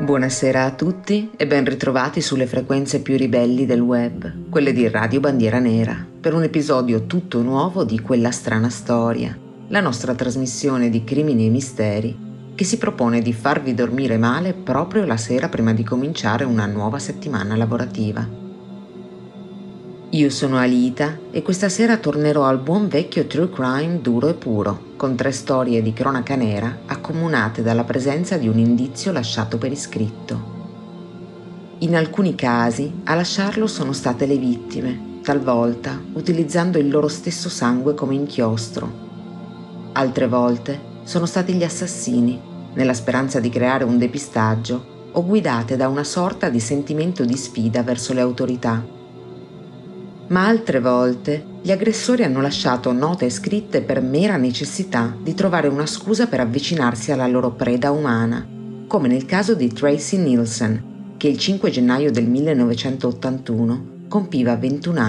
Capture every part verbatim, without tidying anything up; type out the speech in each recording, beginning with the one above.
Buonasera a tutti e ben ritrovati sulle frequenze più ribelli del web, quelle di Radio Bandiera Nera, per un episodio tutto nuovo di Quella strana storia, la nostra trasmissione di crimini e misteri che si propone di farvi dormire male proprio la sera prima di cominciare una nuova settimana lavorativa. Io sono Alita e questa sera tornerò al buon vecchio true crime duro e puro, con tre storie di cronaca nera accomunate dalla presenza di un indizio lasciato per iscritto. In alcuni casi a lasciarlo sono state le vittime, talvolta utilizzando il loro stesso sangue come inchiostro. Altre volte sono stati gli assassini, nella speranza di creare un depistaggio o guidate da una sorta di sentimento di sfida verso le autorità. Ma altre volte gli aggressori hanno lasciato note scritte per mera necessità di trovare una scusa per avvicinarsi alla loro preda umana, come nel caso di Tracy Nielsen, che il cinque gennaio del millenovecentottantuno compiva ventuno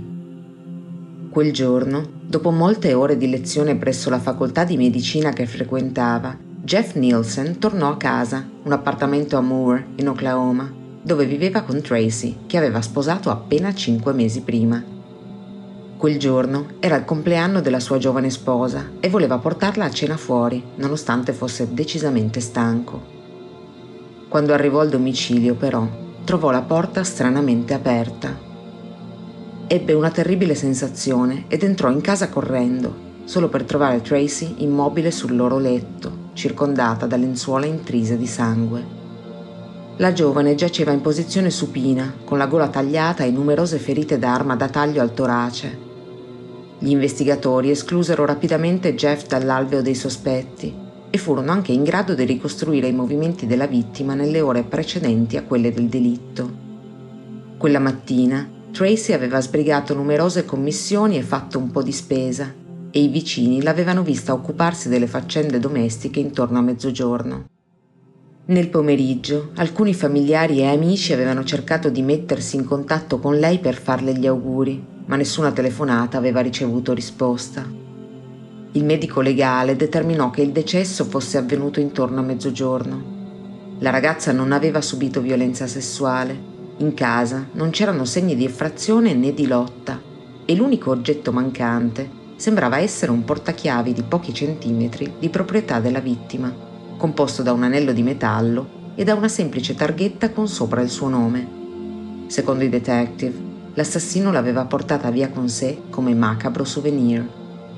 anni. Quel giorno, dopo molte ore di lezione presso la facoltà di medicina che frequentava, Jeff Nielsen tornò a casa, un appartamento a Moore, in Oklahoma, dove viveva con Tracy, che aveva sposato appena cinque mesi prima. Quel giorno era il compleanno della sua giovane sposa e voleva portarla a cena fuori, nonostante fosse decisamente stanco. Quando arrivò al domicilio, però, trovò la porta stranamente aperta. Ebbe una terribile sensazione ed entrò in casa correndo, solo per trovare Tracy immobile sul loro letto, circondata da lenzuola intrise di sangue. La giovane giaceva in posizione supina, con la gola tagliata e numerose ferite d'arma da taglio al torace. Gli investigatori esclusero rapidamente Jeff dall'alveo dei sospetti e furono anche in grado di ricostruire i movimenti della vittima nelle ore precedenti a quelle del delitto. Quella mattina Tracy aveva sbrigato numerose commissioni e fatto un po' di spesa, e i vicini l'avevano vista occuparsi delle faccende domestiche intorno a mezzogiorno. Nel pomeriggio, alcuni familiari e amici avevano cercato di mettersi in contatto con lei per farle gli auguri, ma nessuna telefonata aveva ricevuto risposta. Il medico legale determinò che il decesso fosse avvenuto intorno a mezzogiorno. La ragazza non aveva subito violenza sessuale, in casa non c'erano segni di effrazione né di lotta, e l'unico oggetto mancante sembrava essere un portachiavi di pochi centimetri di proprietà della vittima, composto da un anello di metallo e da una semplice targhetta con sopra il suo nome. Secondo i detective, l'assassino l'aveva portata via con sé come macabro souvenir.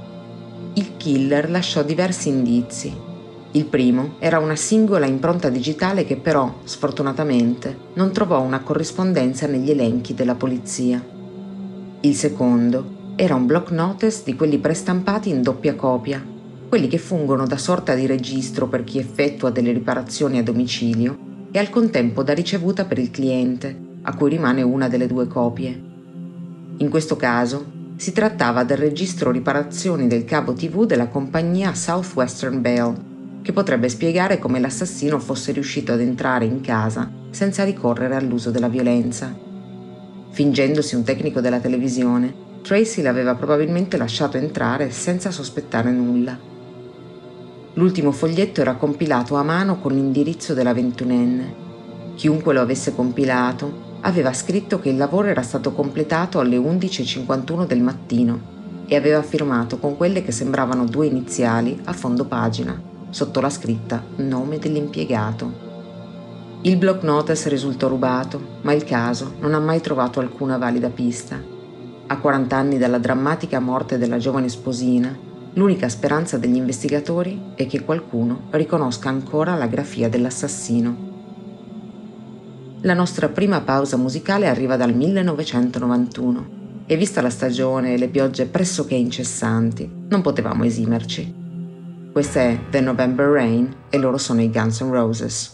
Il killer lasciò diversi indizi. Il primo era una singola impronta digitale che però, sfortunatamente, non trovò una corrispondenza negli elenchi della polizia. Il secondo era un block notice di quelli prestampati in doppia copia, quelli che fungono da sorta di registro per chi effettua delle riparazioni a domicilio e al contempo da ricevuta per il cliente, a cui rimane una delle due copie. In questo caso si trattava del registro riparazioni del cavo tivù della compagnia Southwestern Bell, che potrebbe spiegare come l'assassino fosse riuscito ad entrare in casa senza ricorrere all'uso della violenza. Fingendosi un tecnico della televisione, Tracy l'aveva probabilmente lasciato entrare senza sospettare nulla. L'ultimo foglietto era compilato a mano con l'indirizzo della ventunenne. Chiunque lo avesse compilato aveva scritto che il lavoro era stato completato alle undici e cinquantuno del mattino e aveva firmato con quelle che sembravano due iniziali a fondo pagina, sotto la scritta nome dell'impiegato. Il block notice risultò rubato, ma il caso non ha mai trovato alcuna valida pista. A quaranta anni dalla drammatica morte della giovane sposina, l'unica speranza degli investigatori è che qualcuno riconosca ancora la grafia dell'assassino. La nostra prima pausa musicale arriva dal millenovecentonovantuno e, vista la stagione e le piogge pressoché incessanti, non potevamo esimerci. Questa è The November Rain e loro sono i Guns N' Roses.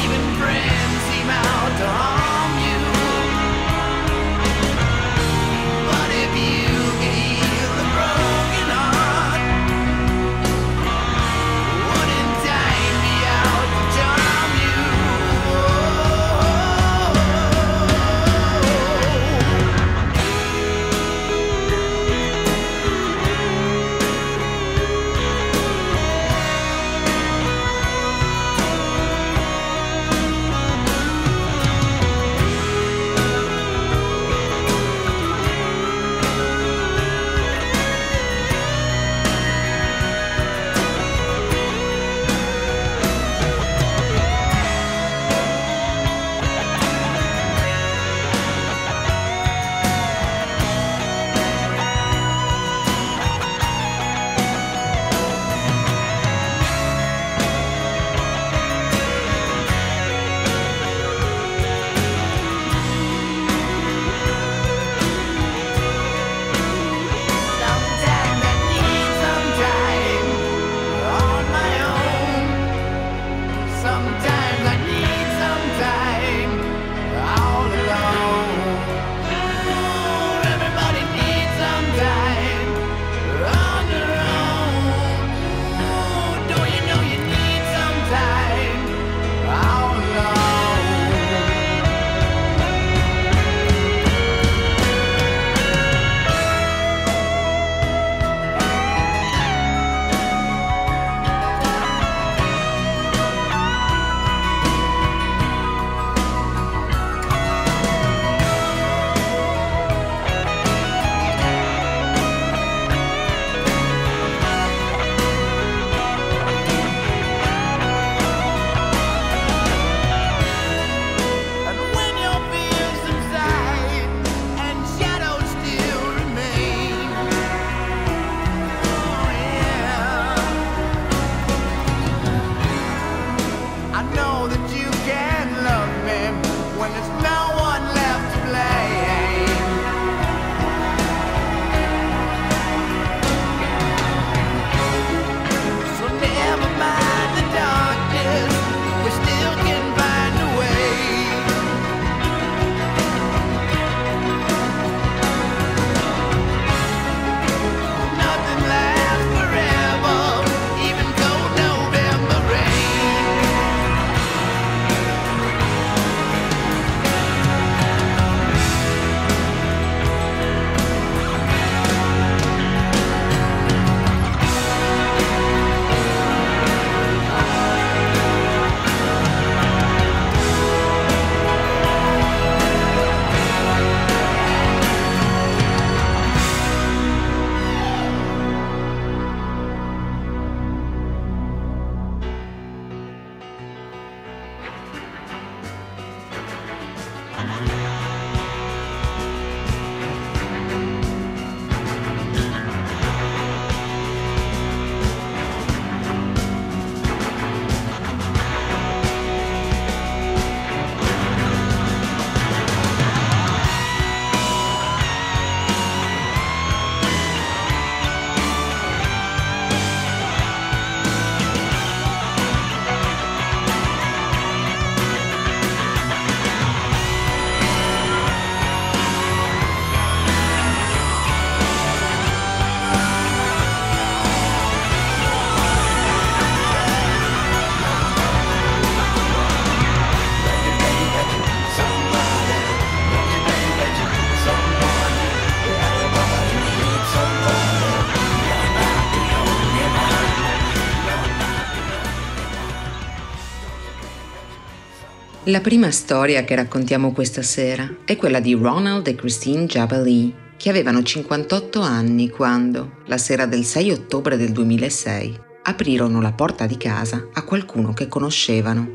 La prima storia che raccontiamo questa sera è quella di Ronald e Christine Jabali, che avevano cinquantotto anni quando, la sera del sei ottobre del duemilasei, aprirono la porta di casa a qualcuno che conoscevano.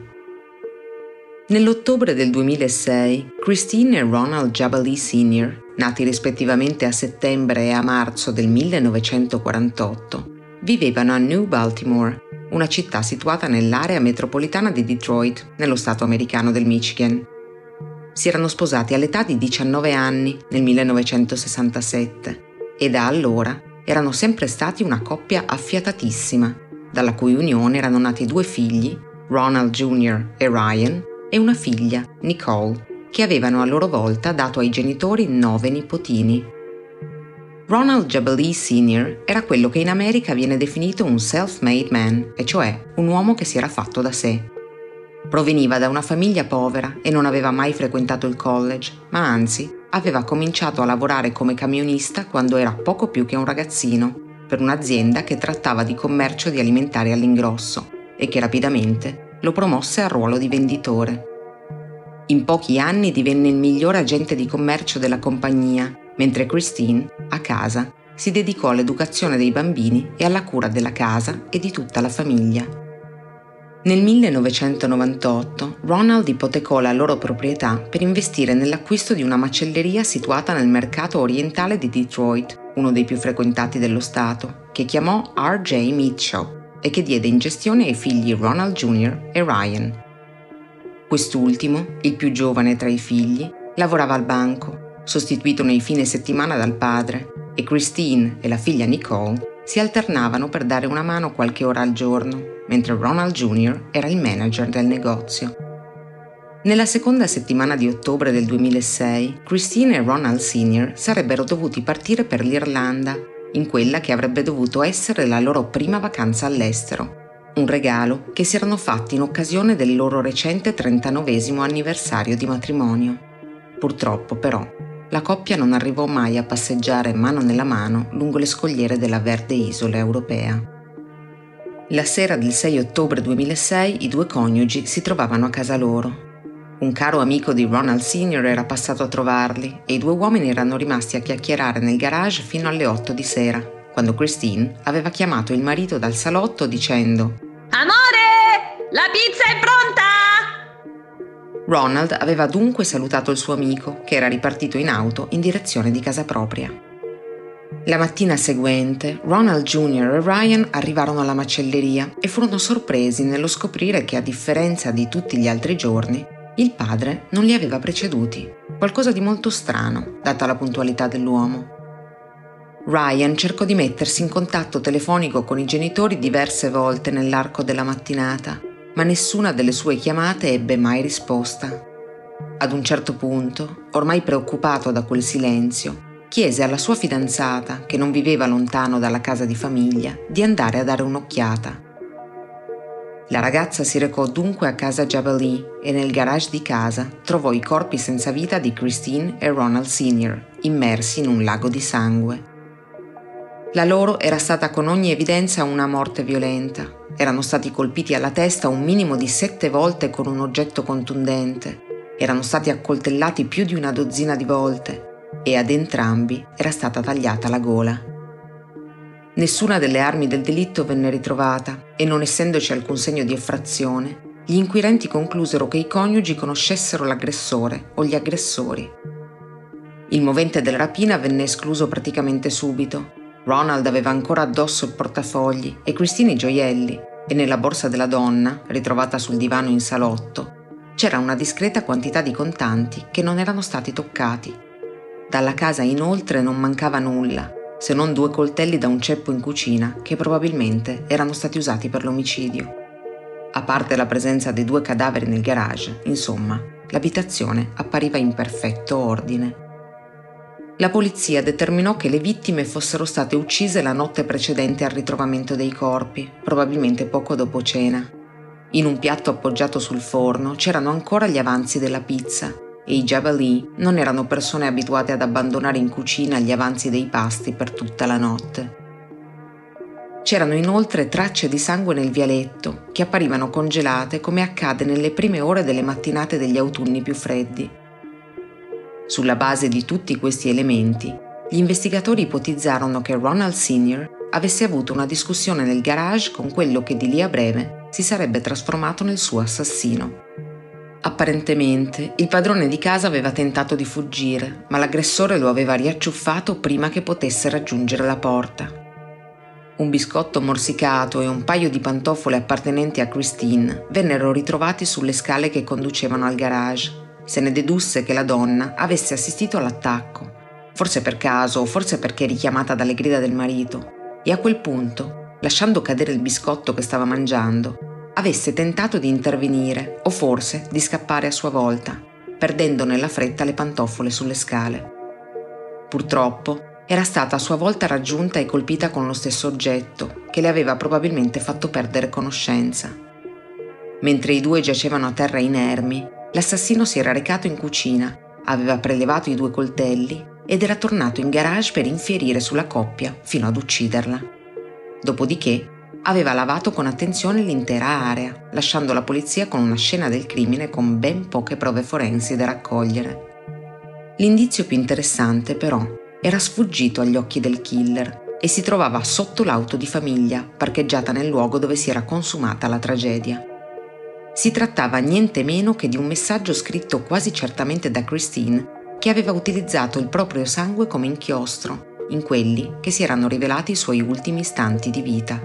Nell'ottobre del duemilasei, Christine e Ronald Jabali senior, nati rispettivamente a settembre e a marzo del millenovecentoquarantotto, vivevano a New Baltimore, una città situata nell'area metropolitana di Detroit, nello stato americano del Michigan. Si erano sposati all'età di diciannove anni nel millenovecentosessantasette e da allora erano sempre stati una coppia affiatatissima, dalla cui unione erano nati due figli Ronald junior e Ryan, e una figlia, Nicole, che avevano a loro volta dato ai genitori nove nipotini. Ronald Jabalee senior era quello che in America viene definito un self-made man, e cioè un uomo che si era fatto da sé. Proveniva da una famiglia povera e non aveva mai frequentato il college, ma anzi aveva cominciato a lavorare come camionista quando era poco più che un ragazzino, per un'azienda che trattava di commercio di alimentari all'ingrosso e che rapidamente lo promosse al ruolo di venditore. In pochi anni divenne il migliore agente di commercio della compagnia, mentre Christine, a casa, si dedicò all'educazione dei bambini e alla cura della casa e di tutta la famiglia. Nel millenovecentonovantotto Ronald ipotecò la loro proprietà per investire nell'acquisto di una macelleria situata nel mercato orientale di Detroit, uno dei più frequentati dello Stato, che chiamò R J Meat Shop e che diede in gestione ai figli Ronald junior e Ryan. Quest'ultimo, il più giovane tra i figli, lavorava al banco, sostituito nei fine settimana dal padre, e Christine e la figlia Nicole si alternavano per dare una mano qualche ora al giorno, mentre Ronald junior era il manager del negozio. Nella seconda settimana di ottobre del duemilasei, Christine e Ronald senior sarebbero dovuti partire per l'Irlanda, in quella che avrebbe dovuto essere la loro prima vacanza all'estero, un regalo che si erano fatti in occasione del loro recente trentanovesimo anniversario di matrimonio. Purtroppo, però, la coppia non arrivò mai a passeggiare mano nella mano lungo le scogliere della verde isola europea. La sera del sei ottobre duemilasei i due coniugi si trovavano a casa loro. Un caro amico di Ronald senior era passato a trovarli e i due uomini erano rimasti a chiacchierare nel garage fino alle otto di sera, quando Christine aveva chiamato il marito dal salotto dicendo: «Amore, la pizza è pronta!» Ronald aveva dunque salutato il suo amico, che era ripartito in auto in direzione di casa propria. La mattina seguente, Ronald junior e Ryan arrivarono alla macelleria e furono sorpresi nello scoprire che, a differenza di tutti gli altri giorni, il padre non li aveva preceduti, qualcosa di molto strano, data la puntualità dell'uomo. Ryan cercò di mettersi in contatto telefonico con i genitori diverse volte nell'arco della mattinata, ma nessuna delle sue chiamate ebbe mai risposta. Ad un certo punto, ormai preoccupato da quel silenzio, chiese alla sua fidanzata, che non viveva lontano dalla casa di famiglia, di andare a dare un'occhiata. La ragazza si recò dunque a casa Jabalee e nel garage di casa trovò i corpi senza vita di Christine e Ronald senior, immersi in un lago di sangue. La loro era stata con ogni evidenza una morte violenta. Erano stati colpiti alla testa un minimo di sette volte con un oggetto contundente, erano stati accoltellati più di una dozzina di volte e ad entrambi era stata tagliata la gola. Nessuna delle armi del delitto venne ritrovata e, non essendoci alcun segno di effrazione, gli inquirenti conclusero che i coniugi conoscessero l'aggressore o gli aggressori. Il movente della rapina venne escluso praticamente subito. Ronald aveva ancora addosso il portafogli e Christine i gioielli, e nella borsa della donna, ritrovata sul divano in salotto, c'era una discreta quantità di contanti che non erano stati toccati. Dalla casa inoltre non mancava nulla, se non due coltelli da un ceppo in cucina che probabilmente erano stati usati per l'omicidio. A parte la presenza dei due cadaveri nel garage, insomma, l'abitazione appariva in perfetto ordine. La polizia determinò che le vittime fossero state uccise la notte precedente al ritrovamento dei corpi, probabilmente poco dopo cena. In un piatto appoggiato sul forno c'erano ancora gli avanzi della pizza e i Jabalee non erano persone abituate ad abbandonare in cucina gli avanzi dei pasti per tutta la notte. C'erano inoltre tracce di sangue nel vialetto che apparivano congelate come accade nelle prime ore delle mattinate degli autunni più freddi. Sulla base di tutti questi elementi, gli investigatori ipotizzarono che Ronald senior avesse avuto una discussione nel garage con quello che di lì a breve si sarebbe trasformato nel suo assassino. Apparentemente, il padrone di casa aveva tentato di fuggire, ma l'aggressore lo aveva riacciuffato prima che potesse raggiungere la porta. Un biscotto morsicato e un paio di pantofole appartenenti a Christine vennero ritrovati sulle scale che conducevano al garage. Se ne dedusse che la donna avesse assistito all'attacco, forse per caso o forse perché richiamata dalle grida del marito, e a quel punto, lasciando cadere il biscotto che stava mangiando, avesse tentato di intervenire o forse di scappare a sua volta, perdendo nella fretta le pantofole sulle scale. Purtroppo era stata a sua volta raggiunta e colpita con lo stesso oggetto, che le aveva probabilmente fatto perdere conoscenza. Mentre i due giacevano a terra inermi, l'assassino si era recato in cucina, aveva prelevato i due coltelli ed era tornato in garage per infierire sulla coppia fino ad ucciderla. Dopodiché aveva lavato con attenzione l'intera area, lasciando la polizia con una scena del crimine con ben poche prove forensi da raccogliere. L'indizio più interessante, però, era sfuggito agli occhi del killer e si trovava sotto l'auto di famiglia parcheggiata nel luogo dove si era consumata la tragedia. Si trattava niente meno che di un messaggio scritto quasi certamente da Christine, che aveva utilizzato il proprio sangue come inchiostro in quelli che si erano rivelati i suoi ultimi istanti di vita.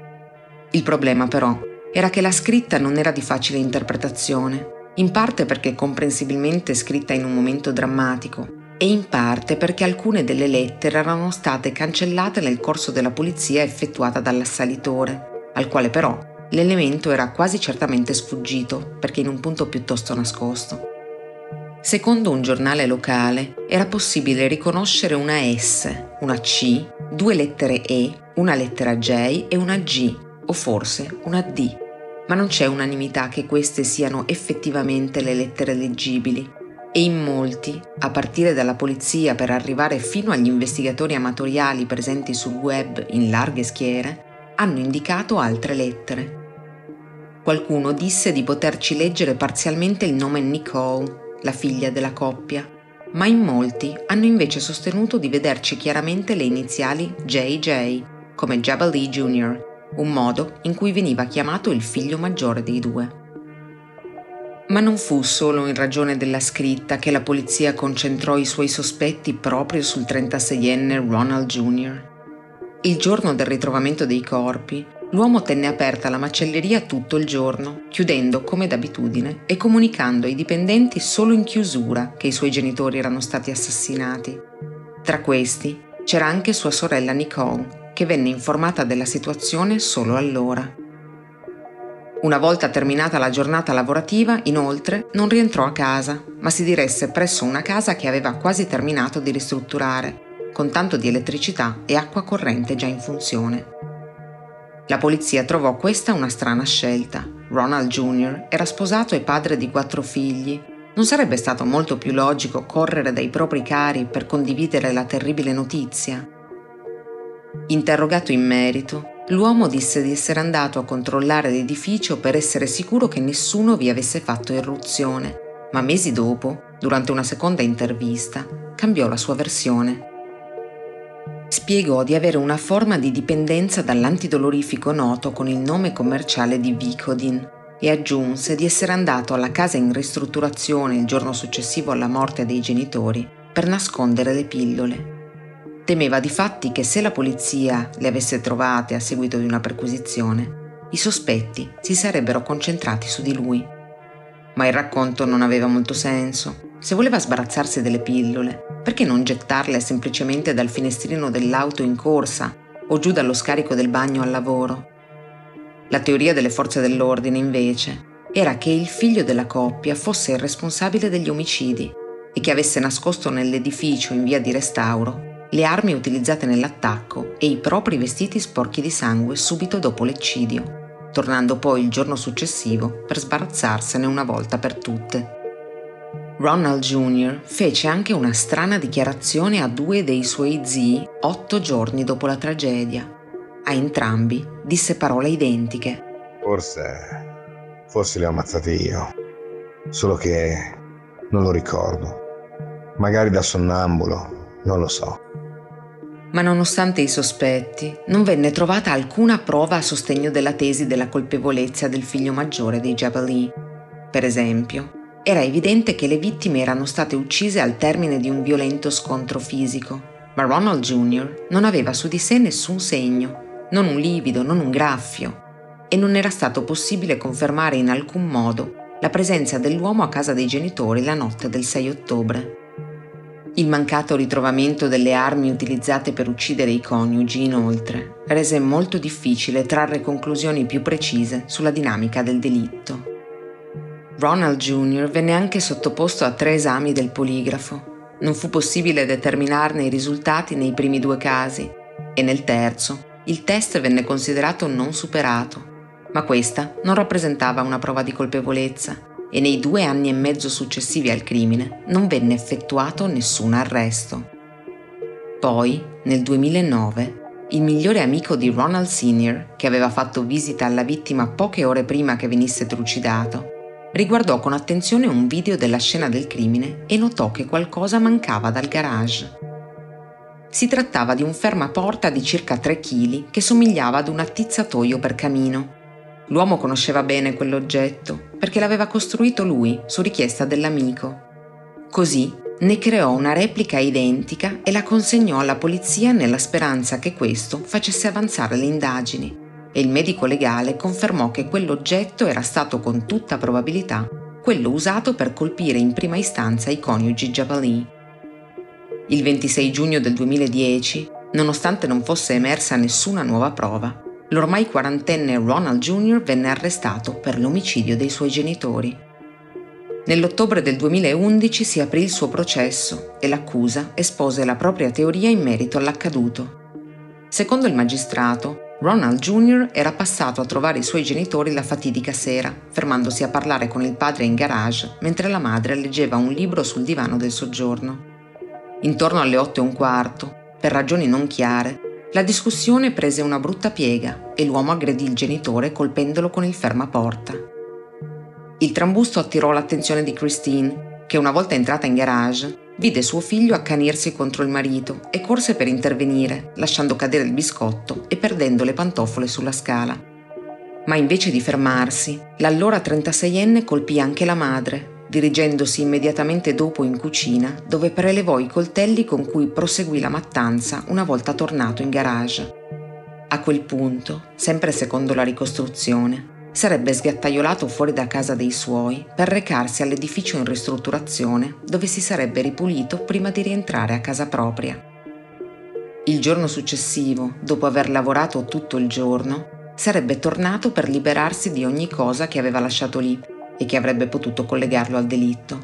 Il problema, però, era che la scritta non era di facile interpretazione, in parte perché comprensibilmente scritta in un momento drammatico e in parte perché alcune delle lettere erano state cancellate nel corso della pulizia effettuata dall'assalitore, al quale però l'elemento era quasi certamente sfuggito perché in un punto piuttosto nascosto. Secondo un giornale locale era possibile riconoscere una S, una C, due lettere E, una lettera J e una G, o forse una D, ma non c'è unanimità che queste siano effettivamente le lettere leggibili e in molti, a partire dalla polizia per arrivare fino agli investigatori amatoriali presenti sul web in larghe schiere, hanno indicato altre lettere. Qualcuno disse di poterci leggere parzialmente il nome Nicole, la figlia della coppia, ma in molti hanno invece sostenuto di vederci chiaramente le iniziali J J, come Jabba Lee Junior, un modo in cui veniva chiamato il figlio maggiore dei due. Ma non fu solo in ragione della scritta che la polizia concentrò i suoi sospetti proprio sul trentaseienne Ronald Junior Il giorno del ritrovamento dei corpi, l'uomo tenne aperta la macelleria tutto il giorno, chiudendo come d'abitudine e comunicando ai dipendenti solo in chiusura che i suoi genitori erano stati assassinati. Tra questi c'era anche sua sorella Nicole, che venne informata della situazione solo allora. Una volta terminata la giornata lavorativa, inoltre, non rientrò a casa, ma si diresse presso una casa che aveva quasi terminato di ristrutturare, con tanto di elettricità e acqua corrente già in funzione. La polizia trovò questa una strana scelta. Ronald Junior era sposato e padre di quattro figli. Non sarebbe stato molto più logico correre dai propri cari per condividere la terribile notizia? Interrogato in merito, l'uomo disse di essere andato a controllare l'edificio per essere sicuro che nessuno vi avesse fatto irruzione, ma mesi dopo, durante una seconda intervista, cambiò la sua versione. Spiegò di avere una forma di dipendenza dall'antidolorifico noto con il nome commerciale di Vicodin e aggiunse di essere andato alla casa in ristrutturazione il giorno successivo alla morte dei genitori per nascondere le pillole. Temeva difatti che se la polizia le avesse trovate a seguito di una perquisizione, i sospetti si sarebbero concentrati su di lui. Ma il racconto non aveva molto senso. Se voleva sbarazzarsi delle pillole, perché non gettarle semplicemente dal finestrino dell'auto in corsa o giù dallo scarico del bagno al lavoro? La teoria delle forze dell'ordine, invece, era che il figlio della coppia fosse il responsabile degli omicidi e che avesse nascosto nell'edificio in via di restauro le armi utilizzate nell'attacco e i propri vestiti sporchi di sangue subito dopo l'eccidio, tornando poi il giorno successivo per sbarazzarsene una volta per tutte. Ronald Junior fece anche una strana dichiarazione a due dei suoi zii otto giorni dopo la tragedia. A entrambi disse parole identiche. Forse, forse li ho ammazzati io, solo che non lo ricordo. Magari da sonnambulo, non lo so. Ma nonostante i sospetti, non venne trovata alcuna prova a sostegno della tesi della colpevolezza del figlio maggiore dei Jabba Lee. Per esempio, era evidente che le vittime erano state uccise al termine di un violento scontro fisico, ma Ronald Junior non aveva su di sé nessun segno, non un livido, non un graffio, e non era stato possibile confermare in alcun modo la presenza dell'uomo a casa dei genitori la notte del sei ottobre. Il mancato ritrovamento delle armi utilizzate per uccidere i coniugi, inoltre, rese molto difficile trarre conclusioni più precise sulla dinamica del delitto. Ronald Junior venne anche sottoposto a tre esami del poligrafo. Non fu possibile determinarne i risultati nei primi due casi e nel terzo il test venne considerato non superato, ma questa non rappresentava una prova di colpevolezza e nei due anni e mezzo successivi al crimine non venne effettuato nessun arresto. Poi, nel duemilanove, il migliore amico di Ronald Senior, che aveva fatto visita alla vittima poche ore prima che venisse trucidato, riguardò con attenzione un video della scena del crimine e notò che qualcosa mancava dal garage. Si trattava di un fermaporta di circa tre chili che somigliava ad un attizzatoio per camino. L'uomo conosceva bene quell'oggetto perché l'aveva costruito lui su richiesta dell'amico. Così ne creò una replica identica e la consegnò alla polizia nella speranza che questo facesse avanzare le indagini, e il medico legale confermò che quell'oggetto era stato con tutta probabilità quello usato per colpire in prima istanza i coniugi Jabali. Il ventisei giugno del duemiladieci, nonostante non fosse emersa nessuna nuova prova, l'ormai quarantenne Ronald Junior venne arrestato per l'omicidio dei suoi genitori. Nell'ottobre del duemilaundici si aprì il suo processo e l'accusa espose la propria teoria in merito all'accaduto. Secondo il magistrato, Ronald Junior era passato a trovare i suoi genitori la fatidica sera, fermandosi a parlare con il padre in garage mentre la madre leggeva un libro sul divano del soggiorno. Intorno alle otto e un quarto, per ragioni non chiare, la discussione prese una brutta piega e l'uomo aggredì il genitore colpendolo con il fermaporta. Il trambusto attirò l'attenzione di Christine, che una volta entrata in garage vide suo figlio accanirsi contro il marito e corse per intervenire, lasciando cadere il biscotto e perdendo le pantofole sulla scala. Ma invece di fermarsi, l'allora trentaseienne colpì anche la madre, dirigendosi immediatamente dopo in cucina, dove prelevò i coltelli con cui proseguì la mattanza una volta tornato in garage. A quel punto, sempre secondo la ricostruzione, sarebbe sgattaiolato fuori da casa dei suoi per recarsi all'edificio in ristrutturazione dove si sarebbe ripulito prima di rientrare a casa propria. Il giorno successivo, dopo aver lavorato tutto il giorno, sarebbe tornato per liberarsi di ogni cosa che aveva lasciato lì e che avrebbe potuto collegarlo al delitto.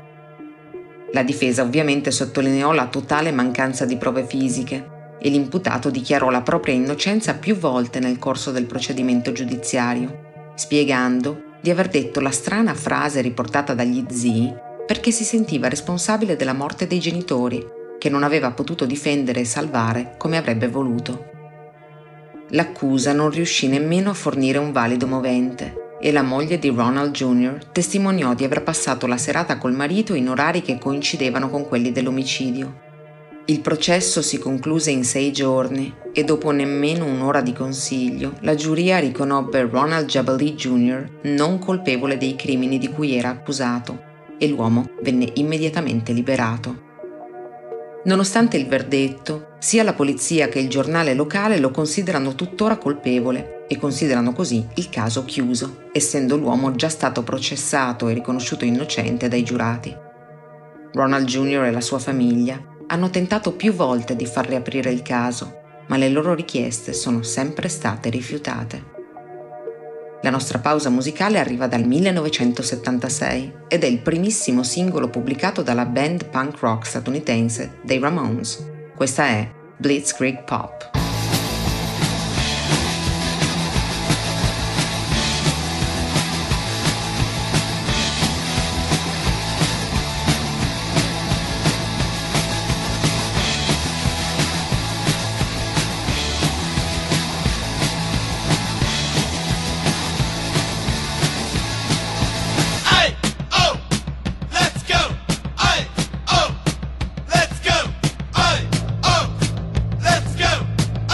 La difesa ovviamente sottolineò la totale mancanza di prove fisiche e l'imputato dichiarò la propria innocenza più volte nel corso del procedimento giudiziario, spiegando di aver detto la strana frase riportata dagli zii perché si sentiva responsabile della morte dei genitori, che non aveva potuto difendere e salvare come avrebbe voluto. L'accusa non riuscì nemmeno a fornire un valido movente e la moglie di Ronald Junior testimoniò di aver passato la serata col marito in orari che coincidevano con quelli dell'omicidio. Il processo si concluse in sei giorni e dopo nemmeno un'ora di consiglio, la giuria riconobbe Ronald Jabali Junior non colpevole dei crimini di cui era accusato e l'uomo venne immediatamente liberato. Nonostante il verdetto, sia la polizia che il giornale locale lo considerano tuttora colpevole e considerano così il caso chiuso, essendo l'uomo già stato processato e riconosciuto innocente dai giurati. Ronald Junior e la sua famiglia hanno tentato più volte di far riaprire il caso, ma le loro richieste sono sempre state rifiutate. La nostra pausa musicale arriva dal millenovecentosettantasei ed è il primissimo singolo pubblicato dalla band punk rock statunitense dei Ramones. Questa è Blitzkrieg Pop. Let's go!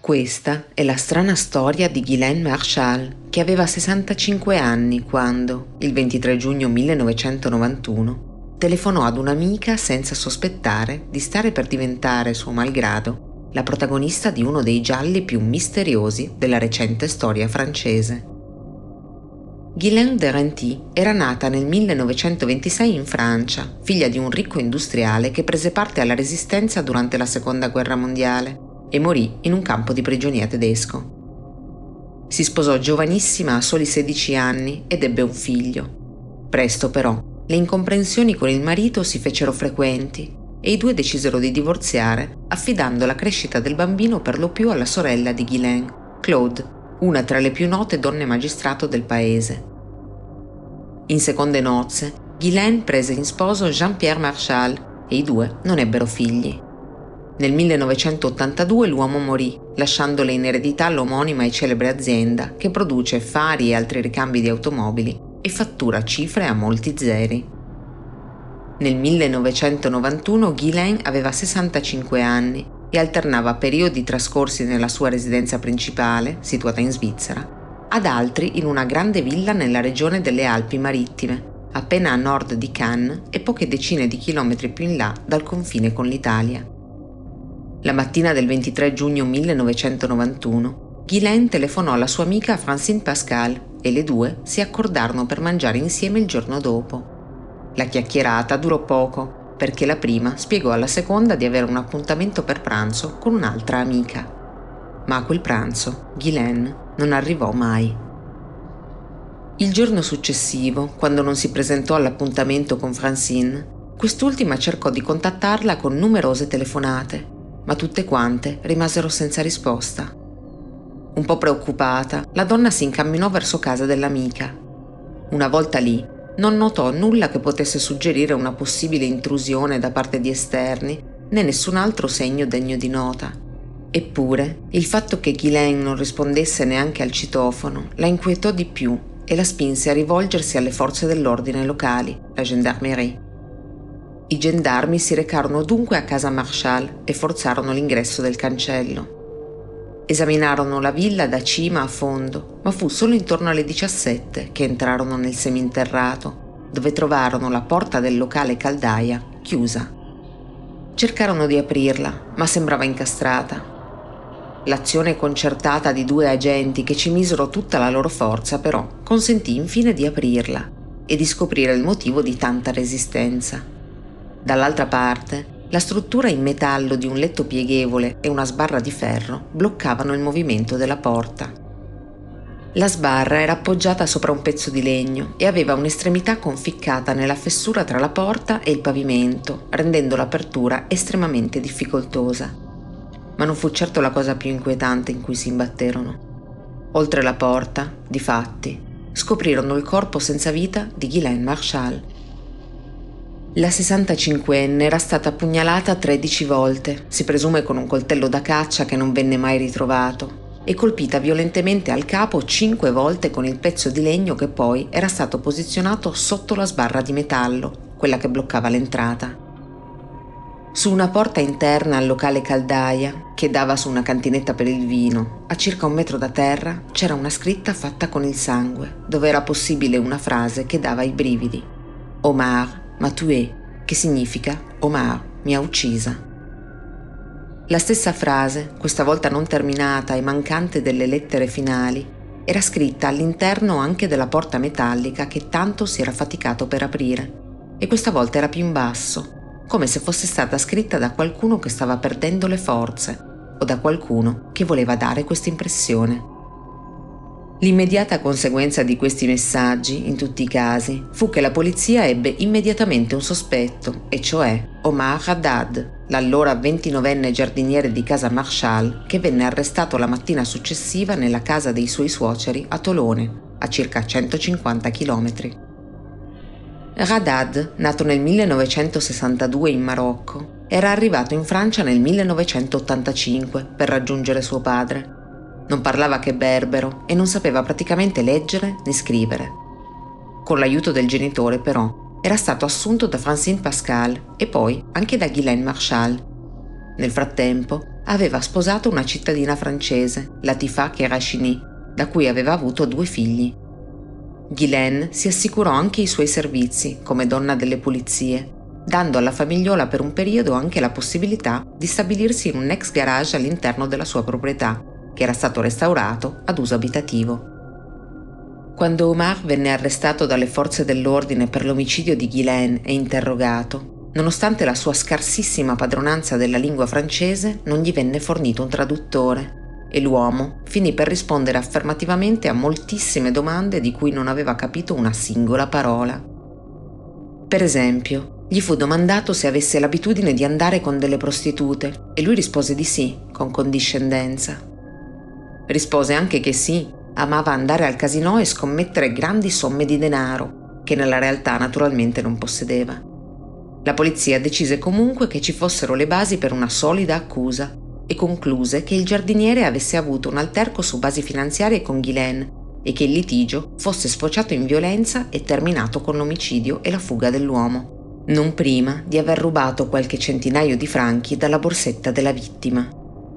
Questa è la strana storia di Ghislaine Marchal, che aveva sessantacinque anni quando, il ventitré giugno millenovecentonovantuno, telefonò ad un'amica senza sospettare di stare per diventare, suo malgrado, la protagonista di uno dei gialli più misteriosi della recente storia francese. Ghislaine de Renty era nata nel millenovecentoventisei in Francia, figlia di un ricco industriale che prese parte alla resistenza durante la Seconda Guerra Mondiale e morì in un campo di prigionia tedesco. Si sposò giovanissima a soli sedici anni ed ebbe un figlio. Presto però le incomprensioni con il marito si fecero frequenti e i due decisero di divorziare, affidando la crescita del bambino per lo più alla sorella di Ghislaine, Claude, una tra le più note donne magistrato del paese. In seconde nozze, Ghislaine prese in sposo Jean-Pierre Marchal e i due non ebbero figli. Nel millenovecentottantadue l'uomo morì, lasciandole in eredità l'omonima e celebre azienda che produce fari e altri ricambi di automobili e fattura cifre a molti zeri. Nel millenovecentonovantuno Ghislaine aveva sessantacinque anni e alternava periodi trascorsi nella sua residenza principale, situata in Svizzera, ad altri in una grande villa nella regione delle Alpi Marittime, appena a nord di Cannes e poche decine di chilometri più in là dal confine con l'Italia. La mattina del ventitré giugno millenovecentonovantuno, Ghislaine telefonò alla sua amica Francine Pascal e le due si accordarono per mangiare insieme il giorno dopo. La chiacchierata durò poco, perché la prima spiegò alla seconda di avere un appuntamento per pranzo con un'altra amica. Ma a quel pranzo Ghislaine non arrivò mai. Il giorno successivo, quando non si presentò all'appuntamento con Francine, quest'ultima cercò di contattarla con numerose telefonate, ma tutte quante rimasero senza risposta. Un po' preoccupata, la donna si incamminò verso casa dell'amica. Una volta lì, non notò nulla che potesse suggerire una possibile intrusione da parte di esterni, né nessun altro segno degno di nota. Eppure, il fatto che Ghislaine non rispondesse neanche al citofono la inquietò di più e la spinse a rivolgersi alle forze dell'ordine locali, la gendarmerie. I gendarmi si recarono dunque a casa Marchal e forzarono l'ingresso del cancello. Esaminarono la villa da cima a fondo, ma fu solo intorno alle diciassette che entrarono nel seminterrato, dove trovarono la porta del locale caldaia chiusa. Cercarono di aprirla, ma sembrava incastrata. L'azione concertata di due agenti che ci misero tutta la loro forza, però, consentì infine di aprirla e di scoprire il motivo di tanta resistenza. Dall'altra parte, la struttura in metallo di un letto pieghevole e una sbarra di ferro bloccavano il movimento della porta. La sbarra era appoggiata sopra un pezzo di legno e aveva un'estremità conficcata nella fessura tra la porta e il pavimento, rendendo l'apertura estremamente difficoltosa. Ma non fu certo la cosa più inquietante in cui si imbatterono. Oltre la porta, difatti, scoprirono il corpo senza vita di Ghislaine Marchal. La sessantacinquenne era stata pugnalata tredici volte, si presume con un coltello da caccia che non venne mai ritrovato, e colpita violentemente al capo cinque volte con il pezzo di legno che poi era stato posizionato sotto la sbarra di metallo, quella che bloccava l'entrata. Su una porta interna al locale caldaia, che dava su una cantinetta per il vino, a circa un metro da terra, c'era una scritta fatta con il sangue, dove era possibile una frase che dava i brividi. Omar m'a tué, che significa Omar mi ha uccisa. La stessa frase, questa volta non terminata e mancante delle lettere finali, era scritta all'interno anche della porta metallica che tanto si era faticato per aprire, e questa volta era più in basso, come se fosse stata scritta da qualcuno che stava perdendo le forze o da qualcuno che voleva dare questa impressione. L'immediata conseguenza di questi messaggi, in tutti i casi, fu che la polizia ebbe immediatamente un sospetto, e cioè Omar Haddad, l'allora ventinovenne giardiniere di casa Marchal, che venne arrestato la mattina successiva nella casa dei suoi suoceri a Tolone, a circa centocinquanta chilometri. Haddad, nato nel millenovecentosessantadue in Marocco, era arrivato in Francia nel millenovecentottantacinque per raggiungere suo padre. Non parlava che berbero e non sapeva praticamente leggere né scrivere. Con l'aiuto del genitore, però, era stato assunto da Francine Pascal e poi anche da Ghislaine Marchal. Nel frattempo, aveva sposato una cittadina francese, Latifa Kerashini, da cui aveva avuto due figli. Ghislaine si assicurò anche i suoi servizi come donna delle pulizie, dando alla famigliola per un periodo anche la possibilità di stabilirsi in un ex garage all'interno della sua proprietà, che era stato restaurato ad uso abitativo. Quando Omar venne arrestato dalle forze dell'ordine per l'omicidio di Ghislaine e interrogato, nonostante la sua scarsissima padronanza della lingua francese, non gli venne fornito un traduttore e l'uomo finì per rispondere affermativamente a moltissime domande di cui non aveva capito una singola parola. Per esempio, gli fu domandato se avesse l'abitudine di andare con delle prostitute e lui rispose di sì, con condiscendenza. Rispose anche che sì, amava andare al casinò e scommettere grandi somme di denaro, che nella realtà naturalmente non possedeva. La polizia decise comunque che ci fossero le basi per una solida accusa e concluse che il giardiniere avesse avuto un alterco su basi finanziarie con Ghislaine e che il litigio fosse sfociato in violenza e terminato con l'omicidio e la fuga dell'uomo, non prima di aver rubato qualche centinaio di franchi dalla borsetta della vittima.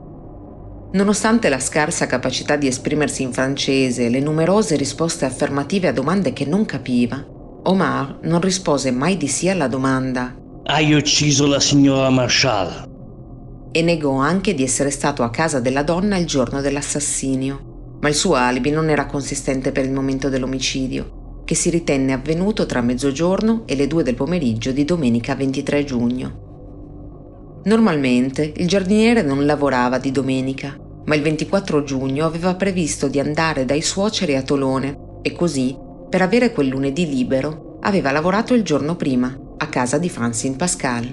Nonostante la scarsa capacità di esprimersi in francese e le numerose risposte affermative a domande che non capiva, Omar non rispose mai di sì alla domanda «Hai ucciso la signora Marshall?» e negò anche di essere stato a casa della donna il giorno dell'assassinio, ma il suo alibi non era consistente per il momento dell'omicidio, che si ritenne avvenuto tra mezzogiorno e le due del pomeriggio di domenica ventitré giugno. Normalmente il giardiniere non lavorava di domenica, ma il ventiquattro giugno aveva previsto di andare dai suoceri a Tolone e così, per avere quel lunedì libero, aveva lavorato il giorno prima a casa di Francine Pascal.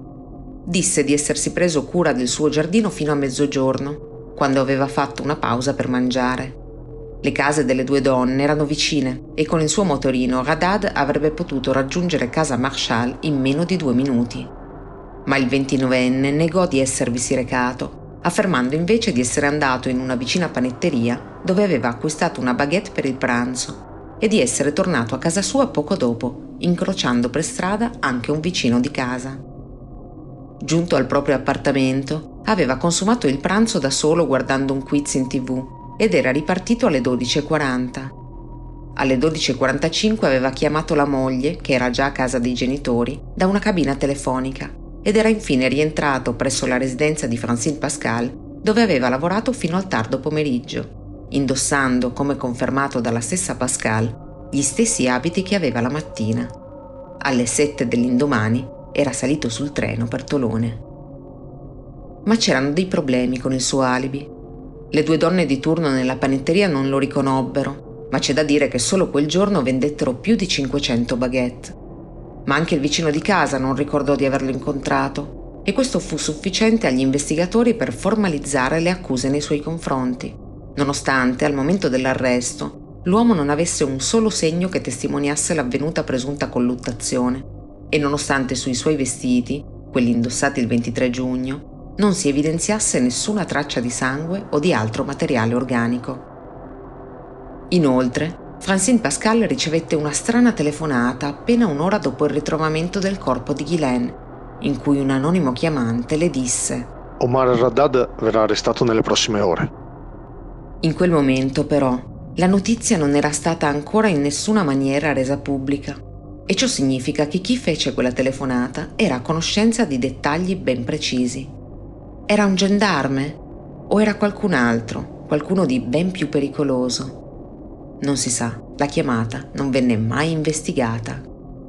Disse di essersi preso cura del suo giardino fino a mezzogiorno, quando aveva fatto una pausa per mangiare. Le case delle due donne erano vicine e con il suo motorino Radad avrebbe potuto raggiungere casa Marshall in meno di due minuti. Ma il ventinovenne negò di esservisi recato, affermando invece di essere andato in una vicina panetteria dove aveva acquistato una baguette per il pranzo e di essere tornato a casa sua poco dopo, incrociando per strada anche un vicino di casa. Giunto al proprio appartamento, aveva consumato il pranzo da solo guardando un quiz in tv ed era ripartito alle dodici e quaranta. Alle dodici e quarantacinque aveva chiamato la moglie, che era già a casa dei genitori, da una cabina telefonica ed era infine rientrato presso la residenza di Francine Pascal, dove aveva lavorato fino al tardo pomeriggio, indossando, come confermato dalla stessa Pascal, gli stessi abiti che aveva la mattina. Alle sette dell'indomani era salito sul treno per Tolone. Ma c'erano dei problemi con il suo alibi. Le due donne di turno nella panetteria non lo riconobbero, ma c'è da dire che solo quel giorno vendettero più di cinquecento baguette. Ma anche il vicino di casa non ricordò di averlo incontrato, e questo fu sufficiente agli investigatori per formalizzare le accuse nei suoi confronti, nonostante al momento dell'arresto l'uomo non avesse un solo segno che testimoniasse l'avvenuta presunta colluttazione, e nonostante sui suoi vestiti, quelli indossati il ventitré giugno, non si evidenziasse nessuna traccia di sangue o di altro materiale organico. Inoltre, Francine Pascal ricevette una strana telefonata appena un'ora dopo il ritrovamento del corpo di Ghislaine, in cui un anonimo chiamante le disse «Omar Radad verrà arrestato nelle prossime ore». In quel momento, però, la notizia non era stata ancora in nessuna maniera resa pubblica, e ciò significa che chi fece quella telefonata era a conoscenza di dettagli ben precisi. Era un gendarme? O era qualcun altro, qualcuno di ben più pericoloso? Non si sa, la chiamata non venne mai investigata.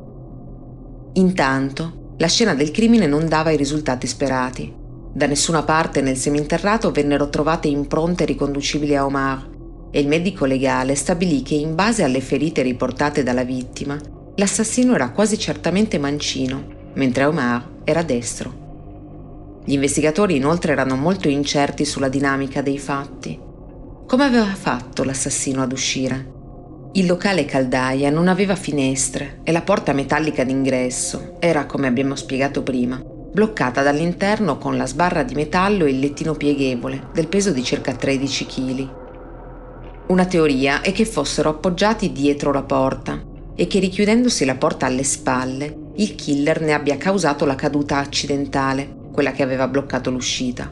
Intanto, la scena del crimine non dava i risultati sperati. Da nessuna parte nel seminterrato vennero trovate impronte riconducibili a Omar e il medico legale stabilì che, in base alle ferite riportate dalla vittima, l'assassino era quasi certamente mancino, mentre Omar era destro. Gli investigatori inoltre erano molto incerti sulla dinamica dei fatti. Come aveva fatto l'assassino ad uscire? Il locale caldaia non aveva finestre e la porta metallica d'ingresso era, come abbiamo spiegato prima, bloccata dall'interno con la sbarra di metallo e il lettino pieghevole del peso di circa tredici chili. Una teoria è che fossero appoggiati dietro la porta e che, richiudendosi la porta alle spalle, il killer ne abbia causato la caduta accidentale, quella che aveva bloccato l'uscita.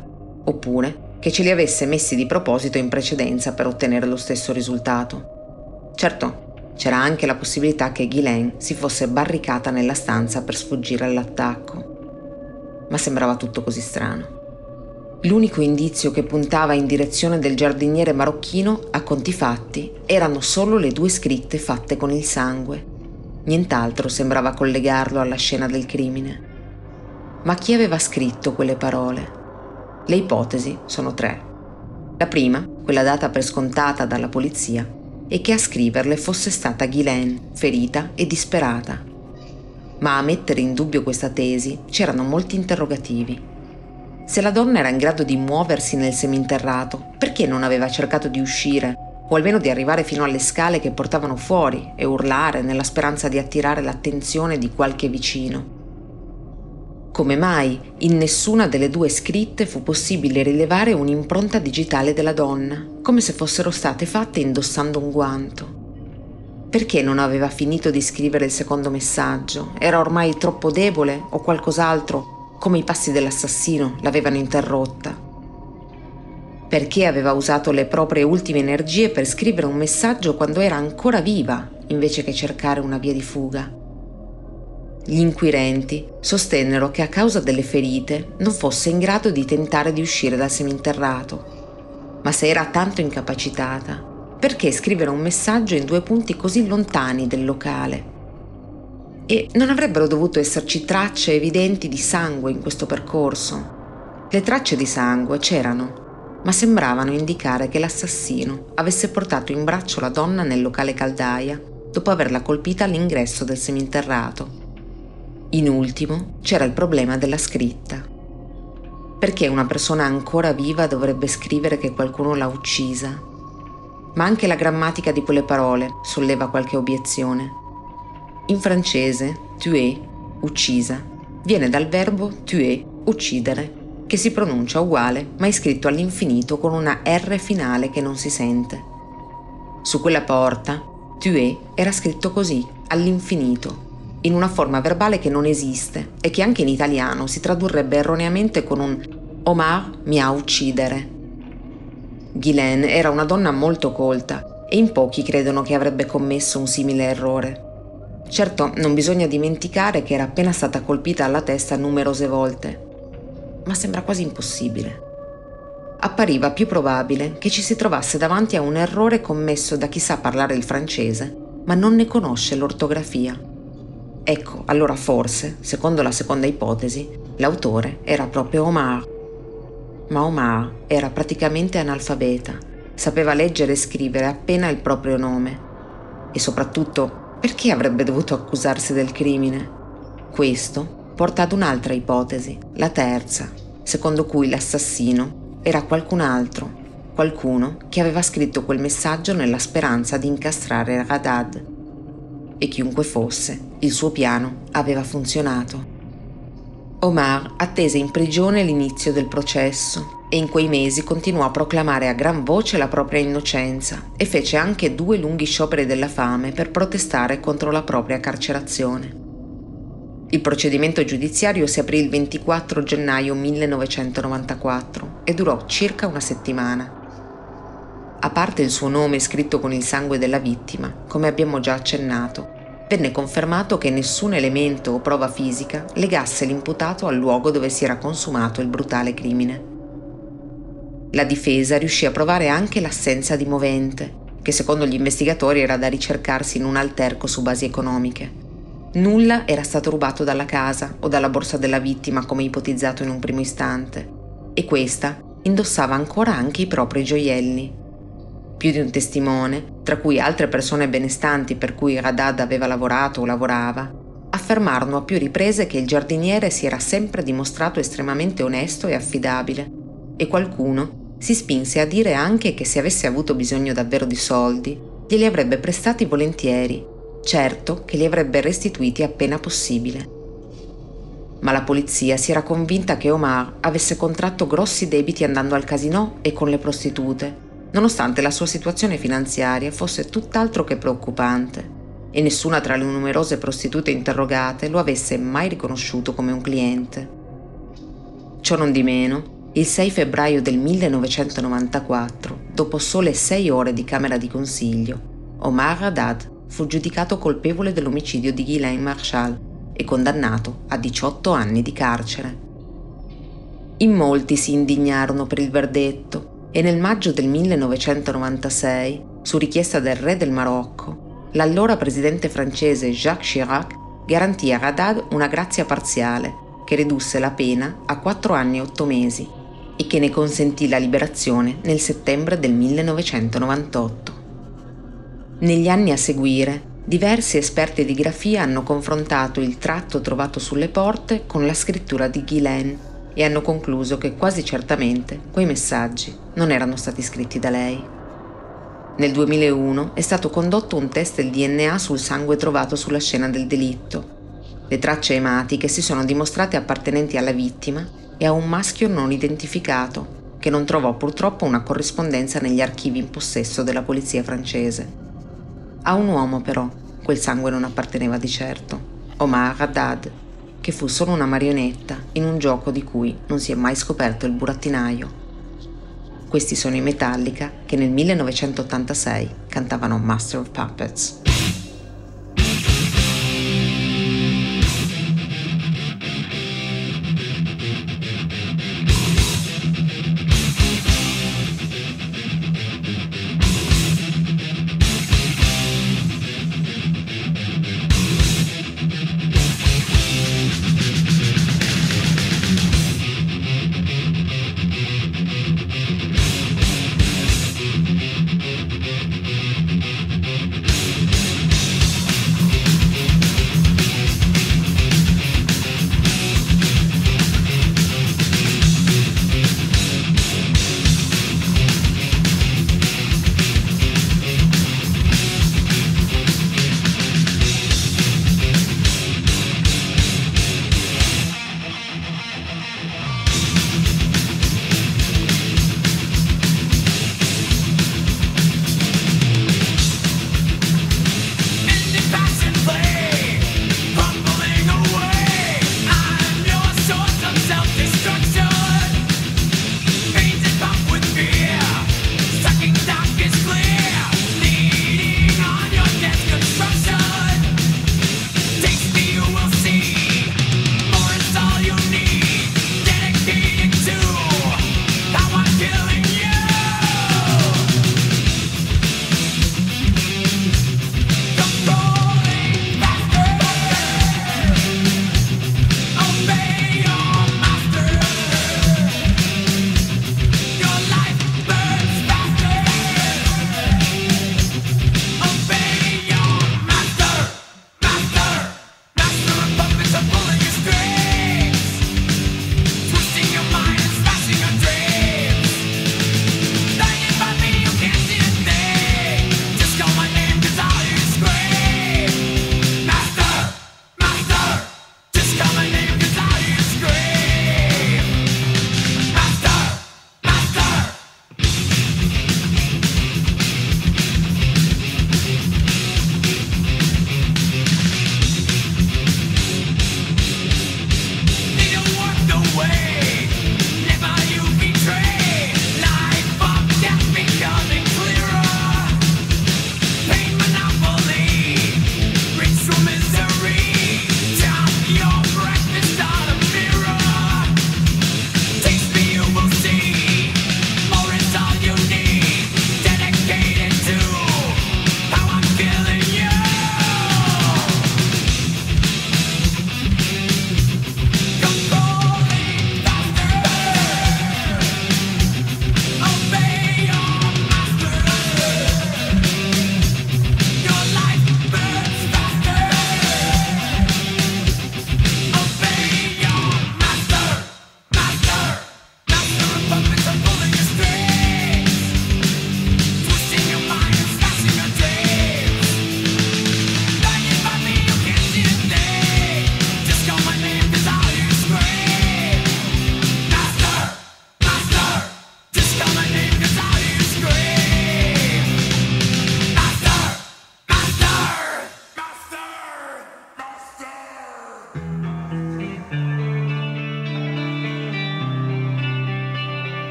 oppure che ce li avesse messi di proposito in precedenza per ottenere lo stesso risultato. Certo, c'era anche la possibilità che Ghislaine si fosse barricata nella stanza per sfuggire all'attacco, ma sembrava tutto così strano. L'unico indizio che puntava in direzione del giardiniere marocchino, a conti fatti, erano solo le due scritte fatte con il sangue. Nient'altro sembrava collegarlo alla scena del crimine. Ma chi aveva scritto quelle parole? Le ipotesi sono tre. La prima, quella data per scontata dalla polizia, è che a scriverle fosse stata Ghislaine, ferita e disperata. Ma a mettere in dubbio questa tesi c'erano molti interrogativi. Se la donna era in grado di muoversi nel seminterrato, perché non aveva cercato di uscire, o almeno di arrivare fino alle scale che portavano fuori e urlare nella speranza di attirare l'attenzione di qualche vicino? Come mai in nessuna delle due scritte fu possibile rilevare un'impronta digitale della donna, come se fossero state fatte indossando un guanto? Perché non aveva finito di scrivere il secondo messaggio? Era ormai troppo debole o qualcos'altro? Come i passi dell'assassino l'avevano interrotta. Perché aveva usato le proprie ultime energie per scrivere un messaggio quando era ancora viva, invece che cercare una via di fuga? Gli inquirenti sostennero che a causa delle ferite non fosse in grado di tentare di uscire dal seminterrato. Ma se era tanto incapacitata, perché scrivere un messaggio in due punti così lontani del locale? E non avrebbero dovuto esserci tracce evidenti di sangue in questo percorso. Le tracce di sangue c'erano, ma sembravano indicare che l'assassino avesse portato in braccio la donna nel locale caldaia dopo averla colpita all'ingresso del seminterrato. In ultimo c'era il problema della scritta. Perché una persona ancora viva dovrebbe scrivere che qualcuno l'ha uccisa? Ma anche la grammatica di quelle parole solleva qualche obiezione. In francese, tuer, uccisa, viene dal verbo tuer, uccidere, che si pronuncia uguale ma è scritto all'infinito con una R finale che non si sente. Su quella porta, tuer era scritto così, all'infinito, in una forma verbale che non esiste e che anche in italiano si tradurrebbe erroneamente con un Omar mi ha uccidere. Ghislaine era una donna molto colta e in pochi credono che avrebbe commesso un simile errore. Certo, non bisogna dimenticare che era appena stata colpita alla testa numerose volte, ma sembra quasi impossibile. Appariva più probabile che ci si trovasse davanti a un errore commesso da chi sa parlare il francese, ma non ne conosce l'ortografia. Ecco, allora forse, secondo la seconda ipotesi, l'autore era proprio Omar. Ma Omar era praticamente analfabeta, sapeva leggere e scrivere appena il proprio nome. E soprattutto, perché avrebbe dovuto accusarsi del crimine? Questo porta ad un'altra ipotesi, la terza, secondo cui l'assassino era qualcun altro, qualcuno che aveva scritto quel messaggio nella speranza di incastrare Radad. E chiunque fosse, il suo piano aveva funzionato. Omar attese in prigione l'inizio del processo e in quei mesi continuò a proclamare a gran voce la propria innocenza e fece anche due lunghi scioperi della fame per protestare contro la propria carcerazione. Il procedimento giudiziario si aprì il ventiquattro gennaio millenovecentonovantaquattro e durò circa una settimana. A parte il suo nome scritto con il sangue della vittima, come abbiamo già accennato, venne confermato che nessun elemento o prova fisica legasse l'imputato al luogo dove si era consumato il brutale crimine. La difesa riuscì a provare anche l'assenza di movente, che secondo gli investigatori era da ricercarsi in un alterco su basi economiche. Nulla era stato rubato dalla casa o dalla borsa della vittima come ipotizzato in un primo istante, e questa indossava ancora anche i propri gioielli. Più di un testimone, tra cui altre persone benestanti per cui Radad aveva lavorato o lavorava, affermarono a più riprese che il giardiniere si era sempre dimostrato estremamente onesto e affidabile, e qualcuno si spinse a dire anche che se avesse avuto bisogno davvero di soldi, glieli avrebbe prestati volentieri, certo che li avrebbe restituiti appena possibile. Ma la polizia si era convinta che Omar avesse contratto grossi debiti andando al casinò e con le prostitute, nonostante la sua situazione finanziaria fosse tutt'altro che preoccupante, e nessuna tra le numerose prostitute interrogate lo avesse mai riconosciuto come un cliente. Ciò non di meno, Il sei febbraio del millenovecentonovantaquattro, dopo sole sei ore di camera di consiglio, Omar Haddad fu giudicato colpevole dell'omicidio di Ghislaine Marchal e condannato a diciotto anni di carcere. In molti si indignarono per il verdetto e nel maggio del millenovecentonovantasei, su richiesta del re del Marocco, l'allora presidente francese Jacques Chirac garantì a Haddad una grazia parziale che ridusse la pena a quattro anni e otto mesi e che ne consentì la liberazione nel settembre del millenovecentonovantotto. Negli anni a seguire, diversi esperti di grafia hanno confrontato il tratto trovato sulle porte con la scrittura di Ghislaine e hanno concluso che quasi certamente quei messaggi non erano stati scritti da lei. Nel duemilauno è stato condotto un test del D N A sul sangue trovato sulla scena del delitto. Le tracce ematiche si sono dimostrate appartenenti alla vittima e a un maschio non identificato, che non trovò purtroppo una corrispondenza negli archivi in possesso della polizia francese. A un uomo però quel sangue non apparteneva di certo, Omar Haddad, che fu solo una marionetta in un gioco di cui non si è mai scoperto il burattinaio. Questi sono i Metallica che nel millenovecentottantasei cantavano Master of Puppets.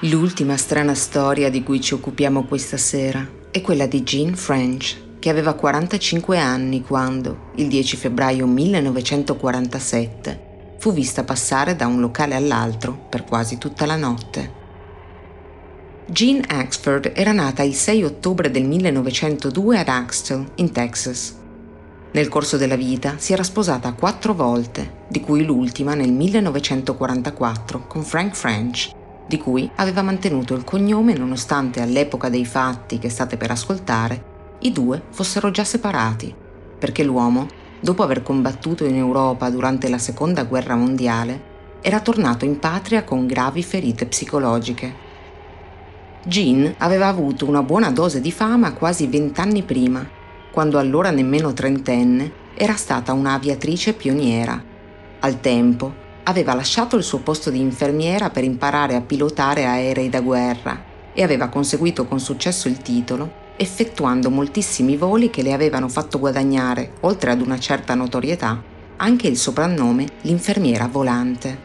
L'ultima strana storia di cui ci occupiamo questa sera è quella di Jean French, che aveva quarantacinque anni quando, il dieci febbraio millenovecentoquarantasette, fu vista passare da un locale all'altro per quasi tutta la notte. Jean Axford era nata il sei ottobre del millenovecentodue ad Axtell, in Texas. Nel corso della vita si era sposata quattro volte, di cui l'ultima nel millenovecentoquarantaquattro con Frank French, di cui aveva mantenuto il cognome nonostante all'epoca dei fatti che state per ascoltare i due fossero già separati, perché l'uomo, dopo aver combattuto in Europa durante la Seconda Guerra Mondiale, era tornato in patria con gravi ferite psicologiche. Jean aveva avuto una buona dose di fama quasi vent'anni prima, quando allora nemmeno trentenne era stata un'aviatrice pioniera. Al tempo aveva lasciato il suo posto di infermiera per imparare a pilotare aerei da guerra e aveva conseguito con successo il titolo, effettuando moltissimi voli che le avevano fatto guadagnare, oltre ad una certa notorietà, anche il soprannome l'infermiera volante.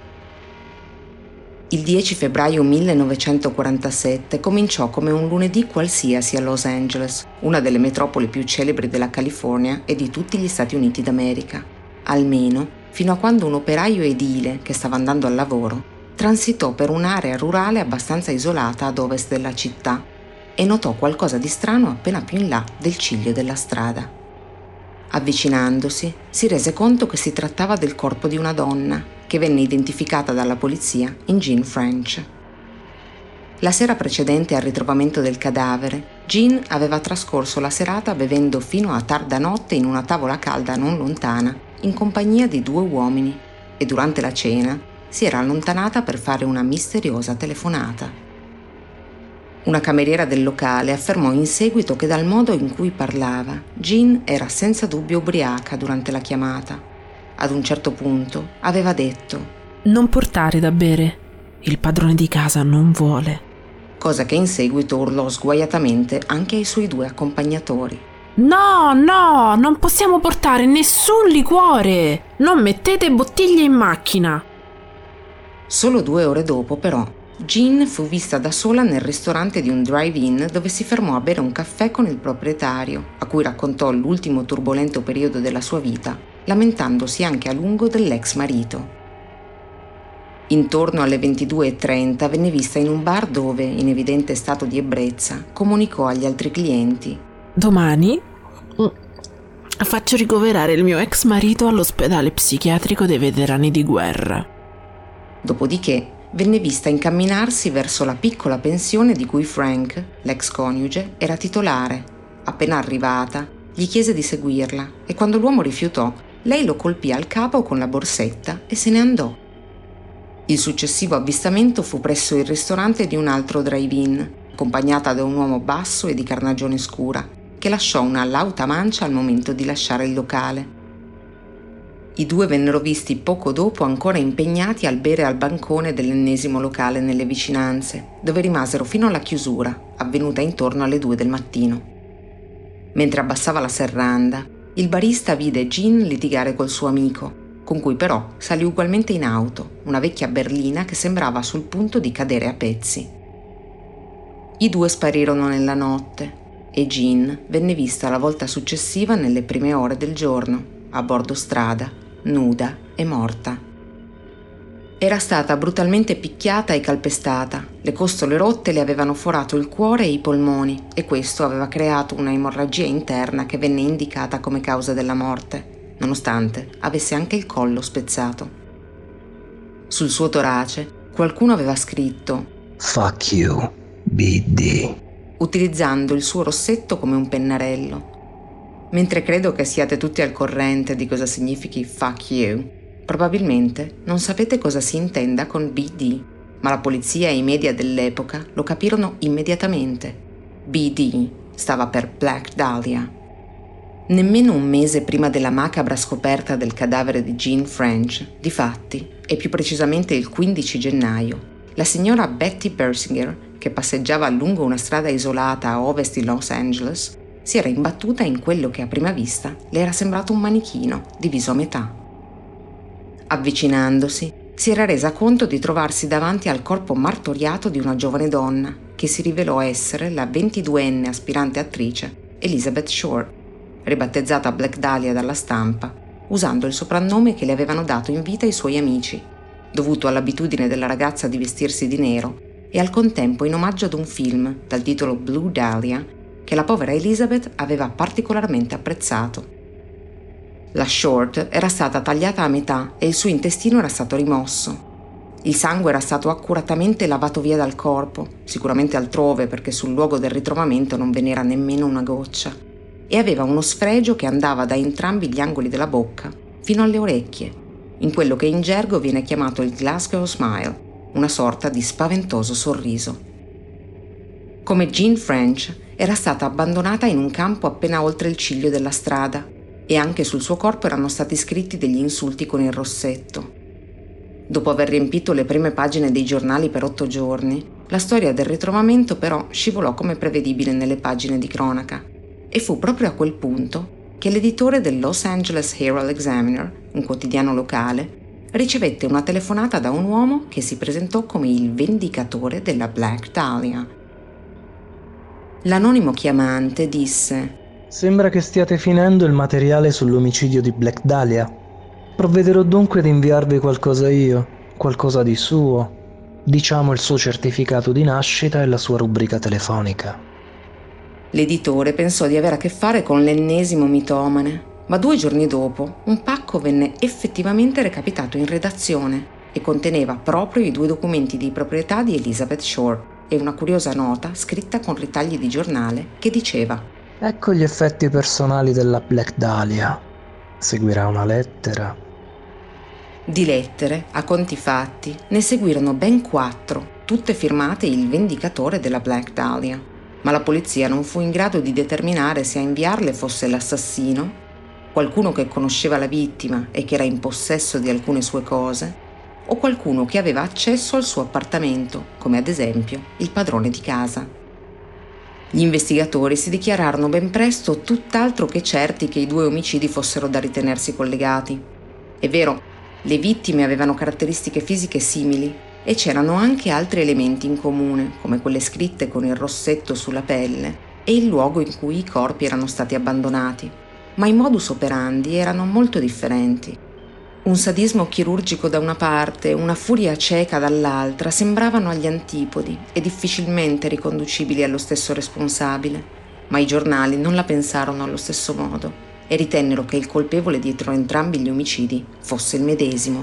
Il dieci febbraio millenovecentoquarantasette cominciò come un lunedì qualsiasi a Los Angeles, una delle metropoli più celebri della California e di tutti gli Stati Uniti d'America, almeno fino a quando un operaio edile che stava andando al lavoro transitò per un'area rurale abbastanza isolata ad ovest della città e notò qualcosa di strano appena più in là del ciglio della strada. Avvicinandosi, si rese conto che si trattava del corpo di una donna, che venne identificata dalla polizia in Jean French. La sera precedente al ritrovamento del cadavere, Jean aveva trascorso la serata bevendo fino a tarda notte in una tavola calda non lontana, in compagnia di due uomini, e durante la cena si era allontanata per fare una misteriosa telefonata. Una cameriera del locale affermò in seguito che dal modo in cui parlava, Jean era senza dubbio ubriaca durante la chiamata. Ad un certo punto aveva detto: «Non portare da bere, il padrone di casa non vuole». Cosa che in seguito urlò sguaiatamente anche ai suoi due accompagnatori. «No, no, non possiamo portare nessun liquore! Non mettete bottiglie in macchina!» Solo due ore dopo, però, Jean fu vista da sola nel ristorante di un drive-in dove si fermò a bere un caffè con il proprietario, a cui raccontò l'ultimo turbolento periodo della sua vita, lamentandosi anche a lungo dell'ex marito. Intorno alle ventidue e trenta venne vista in un bar dove, in evidente stato di ebbrezza, comunicò agli altri clienti: «Domani faccio ricoverare il mio ex marito all'ospedale psichiatrico dei veterani di guerra». Dopodiché venne vista incamminarsi verso la piccola pensione di cui Frank, l'ex coniuge, era titolare. Appena arrivata, gli chiese di seguirla e quando l'uomo rifiutò, lei lo colpì al capo con la borsetta e se ne andò. Il successivo avvistamento fu presso il ristorante di un altro drive-in, accompagnata da un uomo basso e di carnagione scura, che lasciò una lauta mancia al momento di lasciare il locale. I due vennero visti poco dopo ancora impegnati al bere al bancone dell'ennesimo locale nelle vicinanze, dove rimasero fino alla chiusura, avvenuta intorno alle due del mattino. Mentre abbassava la serranda, il barista vide Jean litigare col suo amico, con cui però salì ugualmente in auto, una vecchia berlina che sembrava sul punto di cadere a pezzi. I due sparirono nella notte e Jean venne vista la volta successiva nelle prime ore del giorno, a bordo strada, nuda e morta. Era stata brutalmente picchiata e calpestata, le costole rotte le avevano forato il cuore e i polmoni e questo aveva creato una emorragia interna che venne indicata come causa della morte, nonostante avesse anche il collo spezzato. Sul suo torace qualcuno aveva scritto Fuck you, B D, utilizzando il suo rossetto come un pennarello. Mentre credo che siate tutti al corrente di cosa significhi fuck you, probabilmente non sapete cosa si intenda con B D, ma la polizia e i media dell'epoca lo capirono immediatamente. B D stava per Black Dahlia. Nemmeno un mese prima della macabra scoperta del cadavere di Jean French, difatti, e più precisamente il quindici gennaio, la signora Betty Persinger, che passeggiava lungo una strada isolata a ovest di Los Angeles, si era imbattuta in quello che a prima vista le era sembrato un manichino diviso a metà. Avvicinandosi, si era resa conto di trovarsi davanti al corpo martoriato di una giovane donna che si rivelò essere la ventiduenne aspirante attrice Elizabeth Short, ribattezzata Black Dahlia dalla stampa, usando il soprannome che le avevano dato in vita i suoi amici, dovuto all'abitudine della ragazza di vestirsi di nero e al contempo in omaggio ad un film dal titolo Blue Dahlia che la povera Elizabeth aveva particolarmente apprezzato. La Short era stata tagliata a metà e il suo intestino era stato rimosso. Il sangue era stato accuratamente lavato via dal corpo, sicuramente altrove perché sul luogo del ritrovamento non ve n'era nemmeno una goccia, e aveva uno sfregio che andava da entrambi gli angoli della bocca fino alle orecchie, in quello che in gergo viene chiamato il Glasgow Smile, una sorta di spaventoso sorriso. Come Jean French, era stata abbandonata in un campo appena oltre il ciglio della strada e anche sul suo corpo erano stati scritti degli insulti con il rossetto. Dopo aver riempito le prime pagine dei giornali per otto giorni, la storia del ritrovamento però scivolò come prevedibile nelle pagine di cronaca e fu proprio a quel punto che l'editore del Los Angeles Herald Examiner, un quotidiano locale, ricevette una telefonata da un uomo che si presentò come il vendicatore della Black Dahlia. L'anonimo chiamante disse: «Sembra che stiate finendo il materiale sull'omicidio di Black Dahlia. Provvederò dunque ad inviarvi qualcosa io, qualcosa di suo, diciamo il suo certificato di nascita e la sua rubrica telefonica». L'editore pensò di avere a che fare con l'ennesimo mitomane, ma due giorni dopo un pacco venne effettivamente recapitato in redazione e conteneva proprio i due documenti di proprietà di Elizabeth Short e una curiosa nota scritta con ritagli di giornale che diceva: «Ecco gli effetti personali della Black Dahlia. Seguirà una lettera». Di lettere, a conti fatti, ne seguirono ben quattro, tutte firmate il vendicatore della Black Dahlia, ma la polizia non fu in grado di determinare se a inviarle fosse l'assassino, qualcuno che conosceva la vittima e che era in possesso di alcune sue cose, o qualcuno che aveva accesso al suo appartamento, come ad esempio il padrone di casa. Gli investigatori si dichiararono ben presto tutt'altro che certi che i due omicidi fossero da ritenersi collegati. È vero, le vittime avevano caratteristiche fisiche simili e c'erano anche altri elementi in comune, come quelle scritte con il rossetto sulla pelle e il luogo in cui i corpi erano stati abbandonati, ma i modus operandi erano molto differenti. Un sadismo chirurgico da una parte e una furia cieca dall'altra sembravano agli antipodi e difficilmente riconducibili allo stesso responsabile, ma i giornali non la pensarono allo stesso modo e ritennero che il colpevole dietro entrambi gli omicidi fosse il medesimo.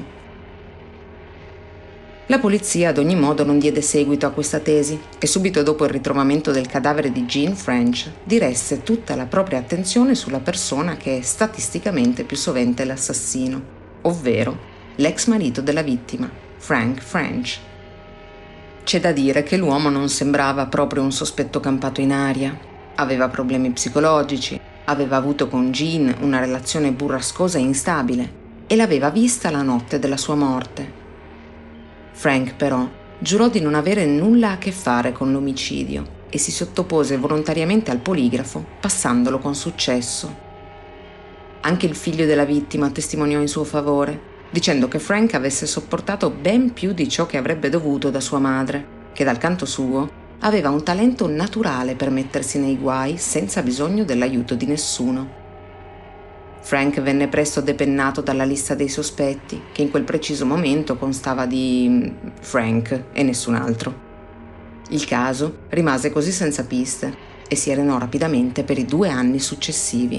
La polizia ad ogni modo non diede seguito a questa tesi e subito dopo il ritrovamento del cadavere di Jean French diresse tutta la propria attenzione sulla persona che è statisticamente più sovente l'assassino, ovvero l'ex marito della vittima, Frank French. C'è da dire che l'uomo non sembrava proprio un sospetto campato in aria. Aveva problemi psicologici, aveva avuto con Jean una relazione burrascosa e instabile e l'aveva vista la notte della sua morte. Frank, però, giurò di non avere nulla a che fare con l'omicidio e si sottopose volontariamente al poligrafo, passandolo con successo. Anche il figlio della vittima testimoniò in suo favore, dicendo che Frank avesse sopportato ben più di ciò che avrebbe dovuto da sua madre, che dal canto suo aveva un talento naturale per mettersi nei guai senza bisogno dell'aiuto di nessuno. Frank venne presto depennato dalla lista dei sospetti, che in quel preciso momento constava di Frank e nessun altro. Il caso rimase così senza piste e si arenò rapidamente per i due anni successivi.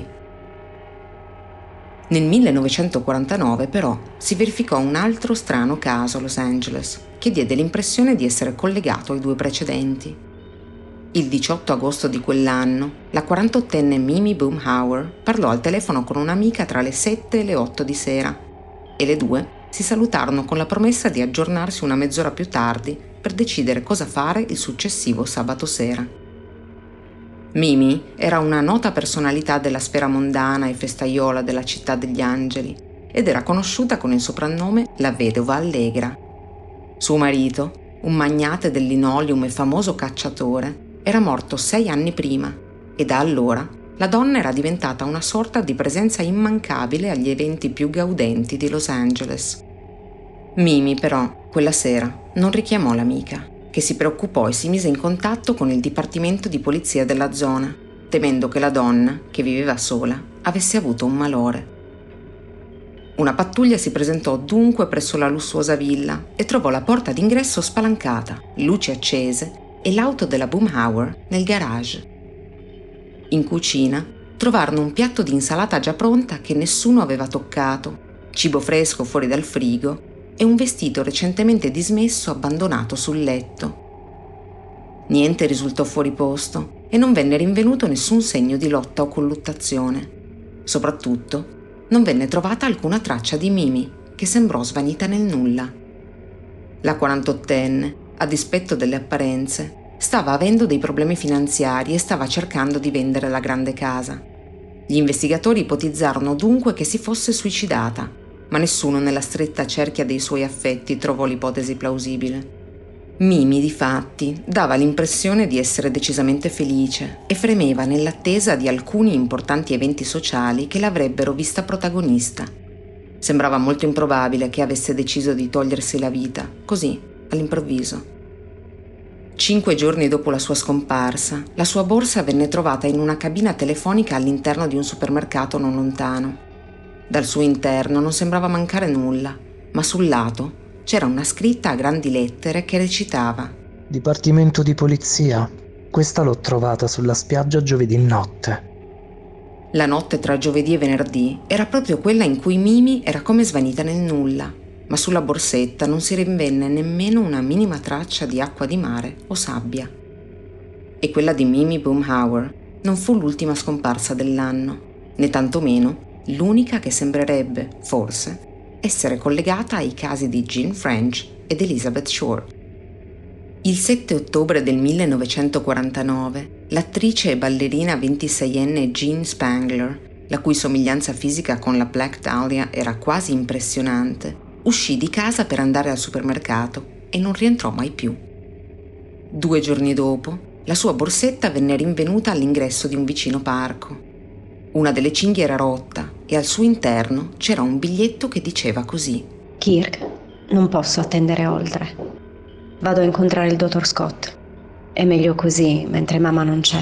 Nel millenovecentoquarantanove, però, si verificò un altro strano caso a Los Angeles, che diede l'impressione di essere collegato ai due precedenti. Il diciotto agosto di quell'anno, la quarantottenne Mimi Boomhauer parlò al telefono con un'amica tra le sette e le otto di sera e le due si salutarono con la promessa di aggiornarsi una mezz'ora più tardi per decidere cosa fare il successivo sabato sera. Mimi era una nota personalità della sfera mondana e festaiola della città degli angeli ed era conosciuta con il soprannome la vedova allegra. Suo marito, un magnate del linoleum e famoso cacciatore, era morto sei anni prima e da allora la donna era diventata una sorta di presenza immancabile agli eventi più gaudenti di Los Angeles. Mimi, però, quella sera non richiamò l'amica, che si preoccupò e si mise in contatto con il dipartimento di polizia della zona, temendo che la donna, che viveva sola, avesse avuto un malore. Una pattuglia si presentò dunque presso la lussuosa villa e trovò la porta d'ingresso spalancata, luci accese e l'auto della Boomhauer nel garage. In cucina trovarono un piatto di insalata già pronta che nessuno aveva toccato, cibo fresco fuori dal frigo e un vestito recentemente dismesso abbandonato sul letto. Niente risultò fuori posto e non venne rinvenuto nessun segno di lotta o colluttazione. Soprattutto, non venne trovata alcuna traccia di Mimi, che sembrò svanita nel nulla. La quarantottenne, a dispetto delle apparenze, stava avendo dei problemi finanziari e stava cercando di vendere la grande casa. Gli investigatori ipotizzarono dunque che si fosse suicidata, ma nessuno nella stretta cerchia dei suoi affetti trovò l'ipotesi plausibile. Mimi, difatti, dava l'impressione di essere decisamente felice e fremeva nell'attesa di alcuni importanti eventi sociali che l'avrebbero vista protagonista. Sembrava molto improbabile che avesse deciso di togliersi la vita, così, all'improvviso. Cinque giorni dopo la sua scomparsa, la sua borsa venne trovata in una cabina telefonica all'interno di un supermercato non lontano. Dal suo interno non sembrava mancare nulla, ma sul lato c'era una scritta a grandi lettere che recitava: Dipartimento di polizia. Questa l'ho trovata sulla spiaggia giovedì notte. La notte tra giovedì e venerdì era proprio quella in cui Mimi era come svanita nel nulla, ma sulla borsetta non si rinvenne nemmeno una minima traccia di acqua di mare o sabbia. E quella di Mimi Boomhauer non fu l'ultima scomparsa dell'anno, né tantomeno l'unica che sembrerebbe, forse, essere collegata ai casi di Jean French ed Elizabeth Shore. Il sette ottobre del millenovecentoquarantanove, l'attrice e ballerina ventiseienne Jean Spangler, la cui somiglianza fisica con la Black Dahlia era quasi impressionante, uscì di casa per andare al supermercato e non rientrò mai più. Due giorni dopo, la sua borsetta venne rinvenuta all'ingresso di un vicino parco. Una delle cinghie era rotta e al suo interno c'era un biglietto che diceva così: Kirk, non posso attendere oltre. Vado a incontrare il dottor Scott. È meglio così, mentre mamma non c'è.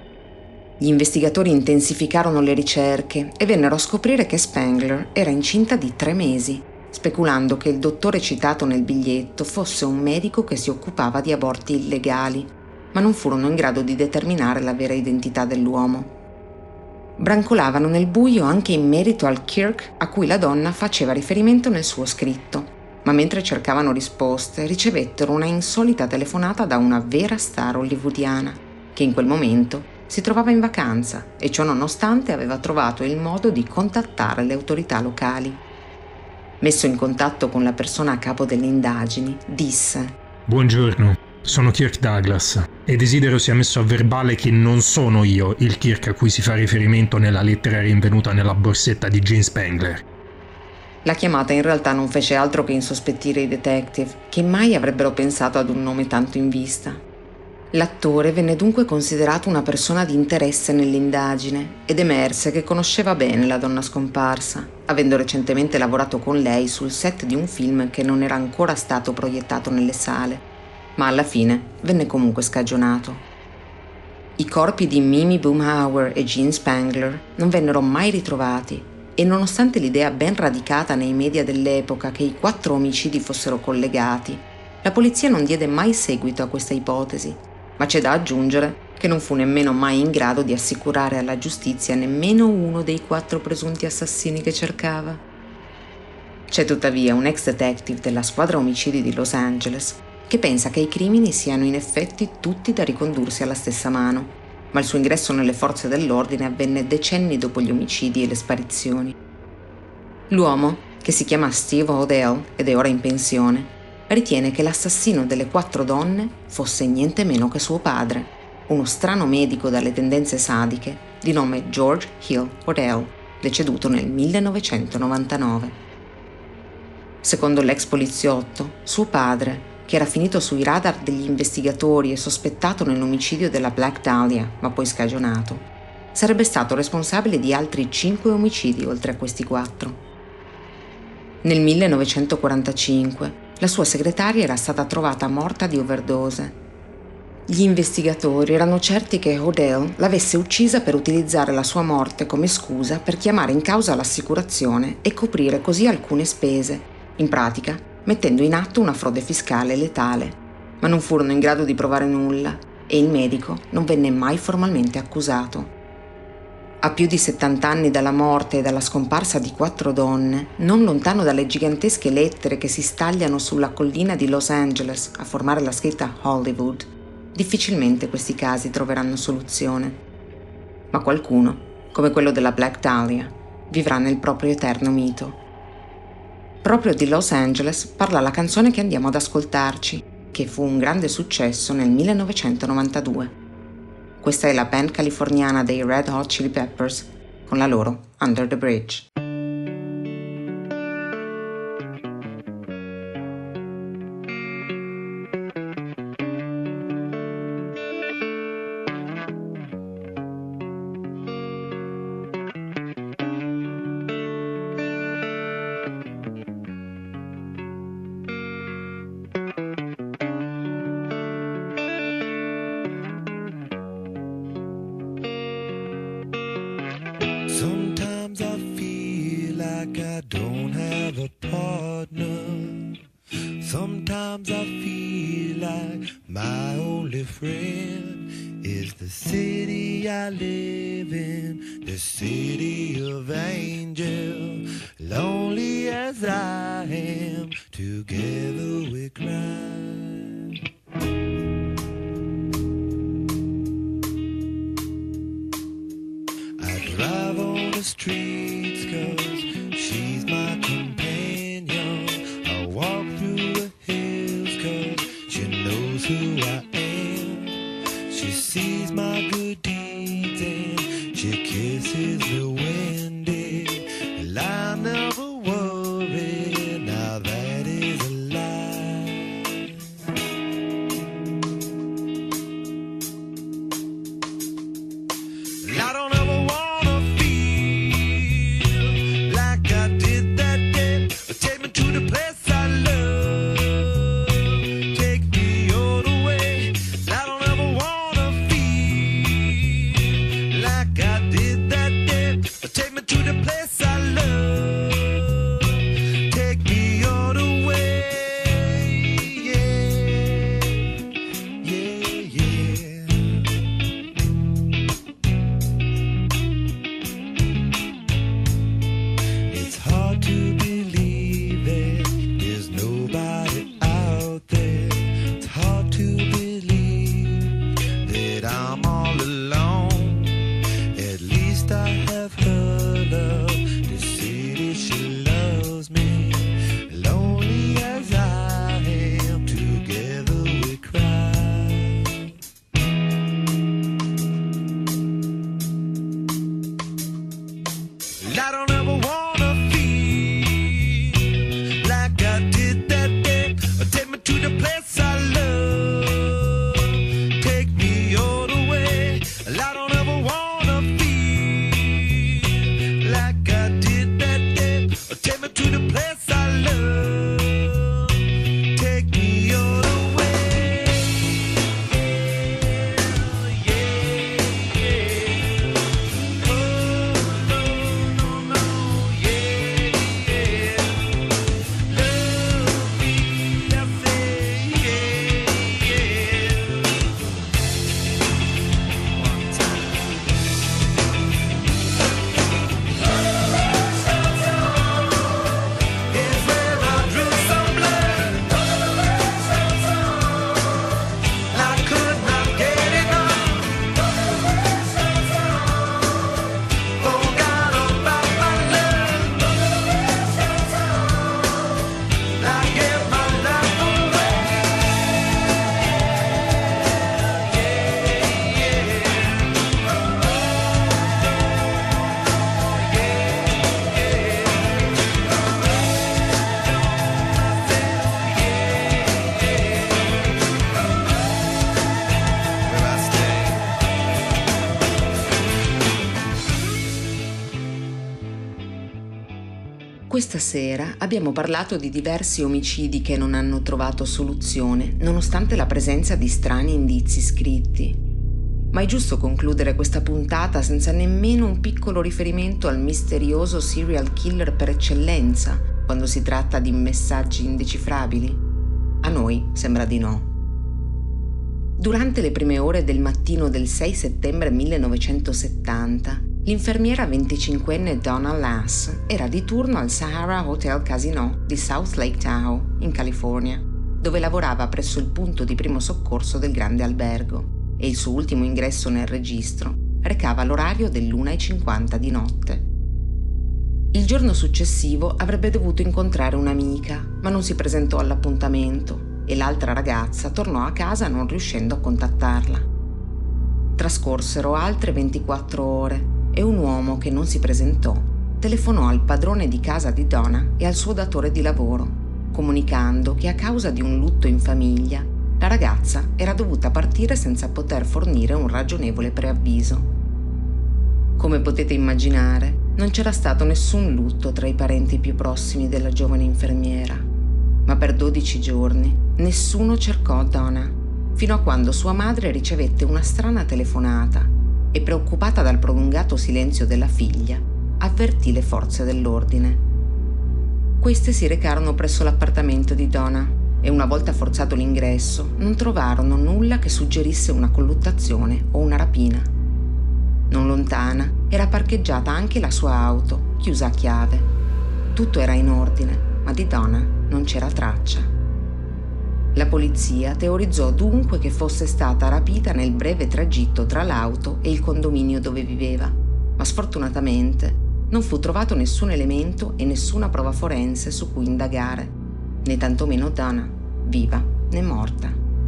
Gli investigatori intensificarono le ricerche e vennero a scoprire che Spangler era incinta di tre mesi, speculando che il dottore citato nel biglietto fosse un medico che si occupava di aborti illegali, ma non furono in grado di determinare la vera identità dell'uomo. Brancolavano nel buio anche in merito al Kirk a cui la donna faceva riferimento nel suo scritto, ma mentre cercavano risposte ricevettero una insolita telefonata da una vera star hollywoodiana, che in quel momento si trovava in vacanza e ciò nonostante aveva trovato il modo di contattare le autorità locali. Messo in contatto con la persona a capo delle indagini, disse: Buongiorno, sono Kirk Douglas e desidero sia messo a verbale che non sono io il Kirk a cui si fa riferimento nella lettera rinvenuta nella borsetta di Jean Spangler. La chiamata in realtà non fece altro che insospettire i detective, che mai avrebbero pensato ad un nome tanto in vista. L'attore venne dunque considerato una persona di interesse nell'indagine ed emerse che conosceva bene la donna scomparsa, avendo recentemente lavorato con lei sul set di un film che non era ancora stato proiettato nelle sale, ma alla fine venne comunque scagionato. I corpi di Mimi Boomhauer e Jean Spangler non vennero mai ritrovati e nonostante l'idea ben radicata nei media dell'epoca che i quattro omicidi fossero collegati, la polizia non diede mai seguito a questa ipotesi, ma c'è da aggiungere che non fu nemmeno mai in grado di assicurare alla giustizia nemmeno uno dei quattro presunti assassini che cercava. C'è tuttavia un ex detective della squadra omicidi di Los Angeles che pensa che i crimini siano in effetti tutti da ricondursi alla stessa mano, ma il suo ingresso nelle forze dell'ordine avvenne decenni dopo gli omicidi e le sparizioni. L'uomo, che si chiama Steve Odell ed è ora in pensione, ritiene che l'assassino delle quattro donne fosse niente meno che suo padre, uno strano medico dalle tendenze sadiche di nome George Hill Odell, deceduto nel millenovecentonovantanove. Secondo l'ex poliziotto, suo padre, che era finito sui radar degli investigatori e sospettato nell'omicidio della Black Dahlia, ma poi scagionato, sarebbe stato responsabile di altri cinque omicidi oltre a questi quattro. Nel millenovecentoquarantacinque la sua segretaria era stata trovata morta di overdose. Gli investigatori erano certi che O'Dell l'avesse uccisa per utilizzare la sua morte come scusa per chiamare in causa l'assicurazione e coprire così alcune spese, in pratica mettendo in atto una frode fiscale letale. Ma non furono in grado di provare nulla e il medico non venne mai formalmente accusato. A più di settanta anni dalla morte e dalla scomparsa di quattro donne, non lontano dalle gigantesche lettere che si stagliano sulla collina di Los Angeles a formare la scritta Hollywood, difficilmente questi casi troveranno soluzione. Ma qualcuno, come quello della Black Dahlia, vivrà nel proprio eterno mito. Proprio di Los Angeles parla la canzone che andiamo ad ascoltarci, che fu un grande successo nel millenovecentonovantadue. Questa è la band californiana dei Red Hot Chili Peppers con la loro Under the Bridge. Sometimes I feel like I don't have a partner. Sometimes I feel like my only friend is the city I live in, the city of angels. Lonely as I am, together we cry. Drive on the streets cause she's my companion. I walk through the hills cause she knows who I am. She sees my good deeds and she kisses the windy. And I never worry, now that is a lie. And I don't ever want Questa sera abbiamo parlato di diversi omicidi che non hanno trovato soluzione, nonostante la presenza di strani indizi scritti. Ma è giusto concludere questa puntata senza nemmeno un piccolo riferimento al misterioso serial killer per eccellenza, quando si tratta di messaggi indecifrabili? A noi sembra di no. Durante le prime ore del mattino del sei settembre millenovecentosettanta, l'infermiera venticinquenne Donna Lass era di turno al Sahara Hotel Casino di South Lake Tahoe, in California, dove lavorava presso il punto di primo soccorso del grande albergo, e il suo ultimo ingresso nel registro recava l'orario dell'una e cinquanta di notte. Il giorno successivo avrebbe dovuto incontrare un'amica, ma non si presentò all'appuntamento e l'altra ragazza tornò a casa non riuscendo a contattarla. Trascorsero altre ventiquattro ore e un uomo che non si presentò telefonò al padrone di casa di Donna e al suo datore di lavoro, comunicando che a causa di un lutto in famiglia la ragazza era dovuta partire senza poter fornire un ragionevole preavviso. Come potete immaginare, non c'era stato nessun lutto tra i parenti più prossimi della giovane infermiera, ma per dodici giorni nessuno cercò Donna, fino a quando sua madre ricevette una strana telefonata e, preoccupata dal prolungato silenzio della figlia, avvertì le forze dell'ordine. Queste si recarono presso l'appartamento di Donna e, una volta forzato l'ingresso, non trovarono nulla che suggerisse una colluttazione o una rapina. Non lontana era parcheggiata anche la sua auto, chiusa a chiave. Tutto era in ordine, ma di Donna non c'era traccia. La polizia teorizzò dunque che fosse stata rapita nel breve tragitto tra l'auto e il condominio dove viveva, ma sfortunatamente non fu trovato nessun elemento e nessuna prova forense su cui indagare, né tantomeno Donna, viva né morta.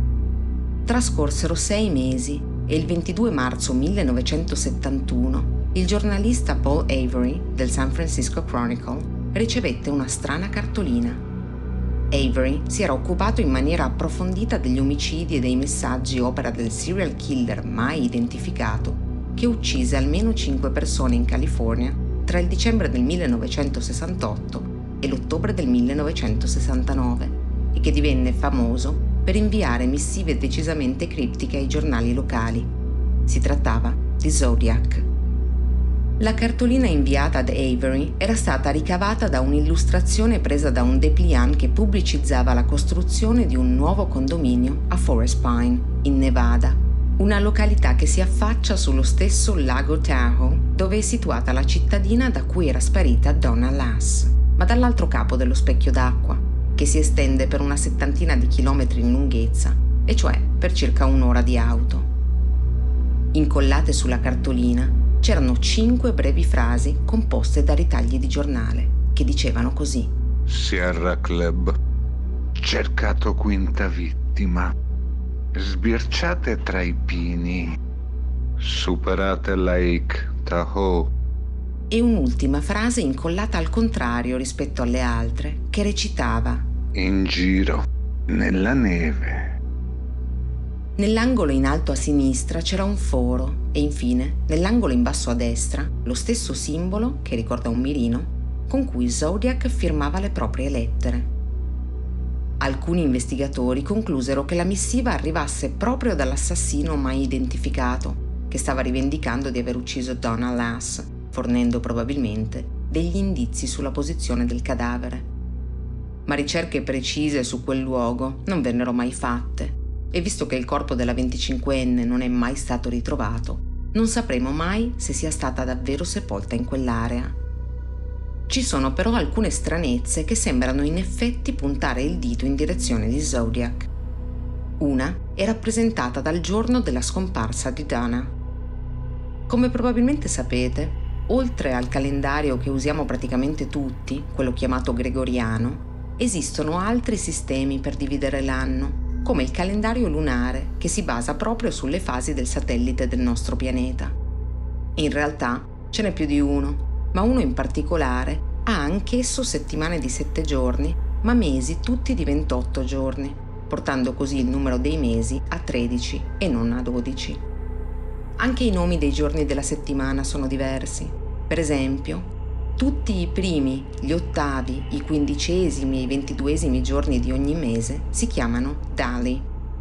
Trascorsero sei mesi e il ventidue marzo millenovecentosettantuno il giornalista Paul Avery del San Francisco Chronicle ricevette una strana cartolina. Avery si era occupato in maniera approfondita degli omicidi e dei messaggi opera del serial killer mai identificato che uccise almeno cinque persone in California tra il dicembre del millenovecentosessantotto e l'ottobre del millenovecentosessantanove e che divenne famoso per inviare missive decisamente criptiche ai giornali locali. Si trattava di Zodiac. La cartolina inviata ad Avery era stata ricavata da un'illustrazione presa da un dépliant che pubblicizzava la costruzione di un nuovo condominio a Forest Pine, in Nevada, una località che si affaccia sullo stesso lago Tahoe, dove è situata la cittadina da cui era sparita Donna Lass, ma dall'altro capo dello specchio d'acqua, che si estende per una settantina di chilometri in lunghezza, e cioè per circa un'ora di auto. Incollate sulla cartolina c'erano cinque brevi frasi composte da ritagli di giornale, che dicevano così: Sierra Club, cercato quinta vittima, sbirciate tra i pini, superate Lake Tahoe. E un'ultima frase incollata al contrario rispetto alle altre, che recitava: in giro, nella neve. Nell'angolo in alto a sinistra c'era un foro e infine, nell'angolo in basso a destra, lo stesso simbolo, che ricorda un mirino, con cui Zodiac firmava le proprie lettere. Alcuni investigatori conclusero che la missiva arrivasse proprio dall'assassino mai identificato, che stava rivendicando di aver ucciso Donna Lass, fornendo probabilmente degli indizi sulla posizione del cadavere. Ma ricerche precise su quel luogo non vennero mai fatte, e visto che il corpo della venticinquenne non è mai stato ritrovato, non sapremo mai se sia stata davvero sepolta in quell'area. Ci sono però alcune stranezze che sembrano in effetti puntare il dito in direzione di Zodiac. Una è rappresentata dal giorno della scomparsa di Donna. Come probabilmente sapete, oltre al calendario che usiamo praticamente tutti, quello chiamato gregoriano, esistono altri sistemi per dividere l'anno, come il calendario lunare, che si basa proprio sulle fasi del satellite del nostro pianeta. In realtà ce n'è più di uno, ma uno in particolare ha anch'esso settimane di sette giorni, ma mesi tutti di ventotto giorni, portando così il numero dei mesi a tredici e non a dodici. Anche i nomi dei giorni della settimana sono diversi. Per esempio, Tutti i primi, gli ottavi, i quindicesimi e i ventiduesimi giorni di ogni mese si chiamano Dali.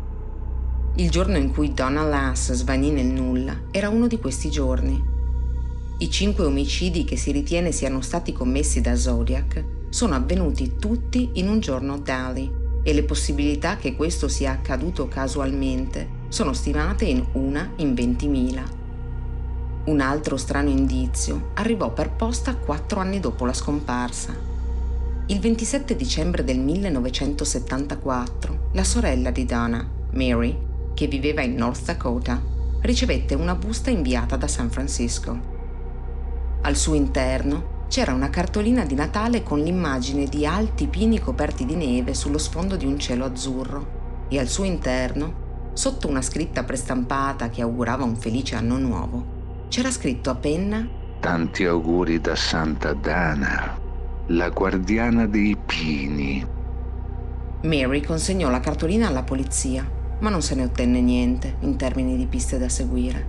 Il giorno in cui Donna Lass svanì nel nulla era uno di questi giorni. I cinque omicidi che si ritiene siano stati commessi da Zodiac sono avvenuti tutti in un giorno Dali e le possibilità che questo sia accaduto casualmente sono stimate in una in ventimila. Un altro strano indizio arrivò per posta quattro anni dopo la scomparsa. Il ventisette dicembre del millenovecentosettantaquattro, la sorella di Donna, Mary, che viveva in North Dakota, ricevette una busta inviata da San Francisco. Al suo interno c'era una cartolina di Natale con l'immagine di alti pini coperti di neve sullo sfondo di un cielo azzurro e al suo interno, sotto una scritta prestampata che augurava un felice anno nuovo, c'era scritto a penna: tanti auguri da Santa Dana, la guardiana dei pini. Mary consegnò la cartolina alla polizia, ma non se ne ottenne niente in termini di piste da seguire.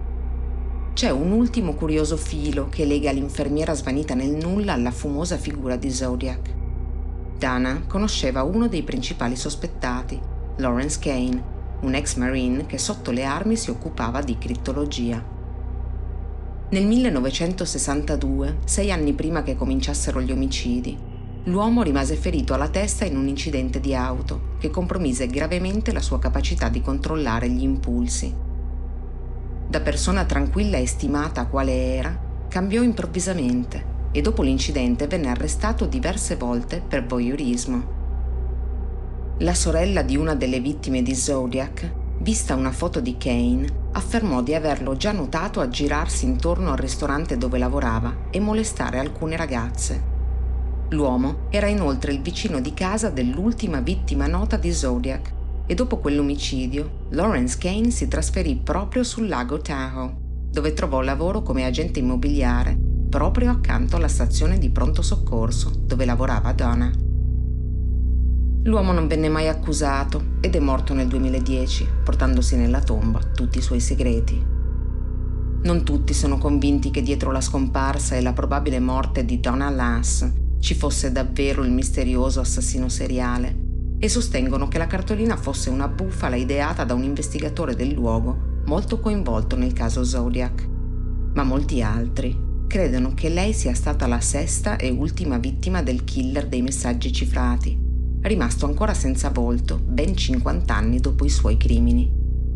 C'è un ultimo curioso filo che lega l'infermiera svanita nel nulla alla fumosa figura di Zodiac. Dana conosceva uno dei principali sospettati, Lawrence Kane, un ex Marine che sotto le armi si occupava di crittologia. Nel millenovecentosessantadue, sei anni prima che cominciassero gli omicidi, l'uomo rimase ferito alla testa in un incidente di auto che compromise gravemente la sua capacità di controllare gli impulsi. Da persona tranquilla e stimata quale era, cambiò improvvisamente e dopo l'incidente venne arrestato diverse volte per voyeurismo. La sorella di una delle vittime di Zodiac, vista una foto di Kane, affermò di averlo già notato aggirarsi intorno al ristorante dove lavorava e molestare alcune ragazze. L'uomo era inoltre il vicino di casa dell'ultima vittima nota di Zodiac e dopo quell'omicidio Lawrence Kane si trasferì proprio sul lago Tahoe, dove trovò lavoro come agente immobiliare proprio accanto alla stazione di pronto soccorso dove lavorava Donna. L'uomo non venne mai accusato ed è morto nel duemiladieci, portandosi nella tomba tutti i suoi segreti. Non tutti sono convinti che dietro la scomparsa e la probabile morte di Donna Lass ci fosse davvero il misterioso assassino seriale e sostengono che la cartolina fosse una bufala ideata da un investigatore del luogo molto coinvolto nel caso Zodiac. Ma molti altri credono che lei sia stata la sesta e ultima vittima del killer dei messaggi cifrati, rimasto ancora senza volto ben cinquanta anni dopo i suoi crimini.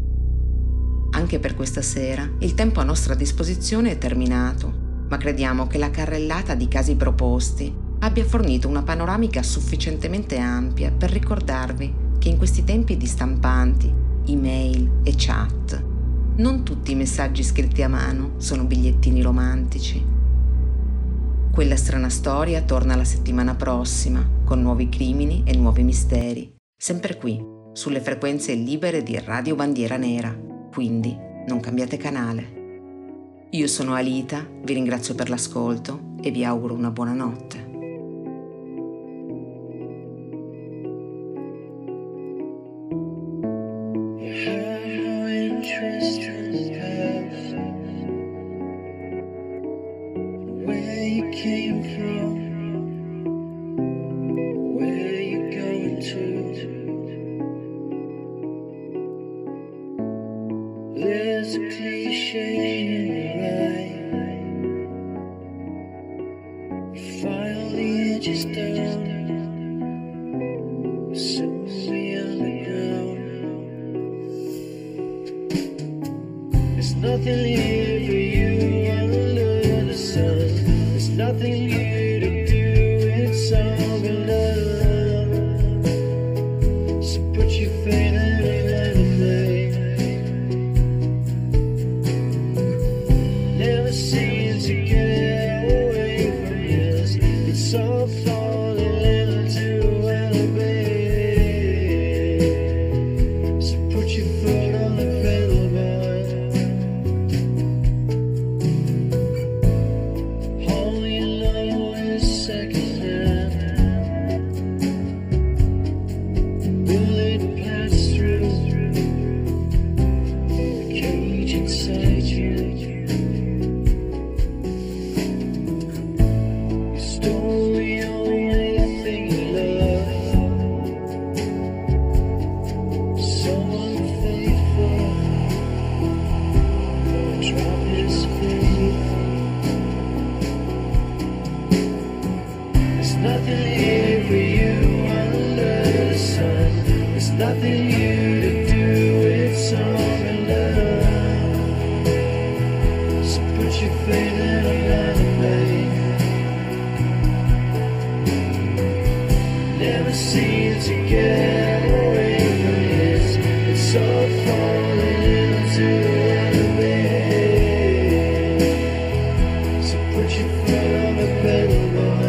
Anche per questa sera il tempo a nostra disposizione è terminato, ma crediamo che la carrellata di casi proposti abbia fornito una panoramica sufficientemente ampia per ricordarvi che in questi tempi di stampanti, email e chat, non tutti i messaggi scritti a mano sono bigliettini romantici. Quella strana storia torna la settimana prossima con nuovi crimini e nuovi misteri, sempre qui, sulle frequenze libere di Radio Bandiera Nera, quindi non cambiate canale. Io sono Alita, vi ringrazio per l'ascolto e vi auguro una buona notte. There's a cliche in life. File the edges down. Soon be underground. There's nothing here for you under the sun. There's nothing here to do. It's all been done. So put your faith in another place. Never seem to get away from this. It's all falling into elevate. So put your foot on the pedal, boy. All you know is secondhand. Will it pass through the cage inside you? faith that I'm gonna make. Never seem to get away from this. It's all falling into enemy. So put your foot on the pedal, boy.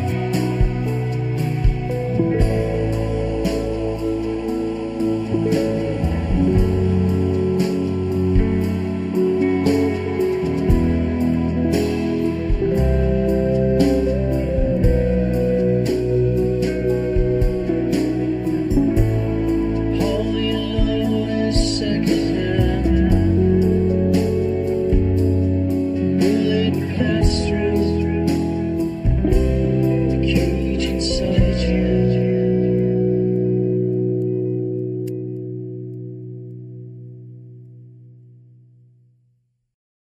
Thank you.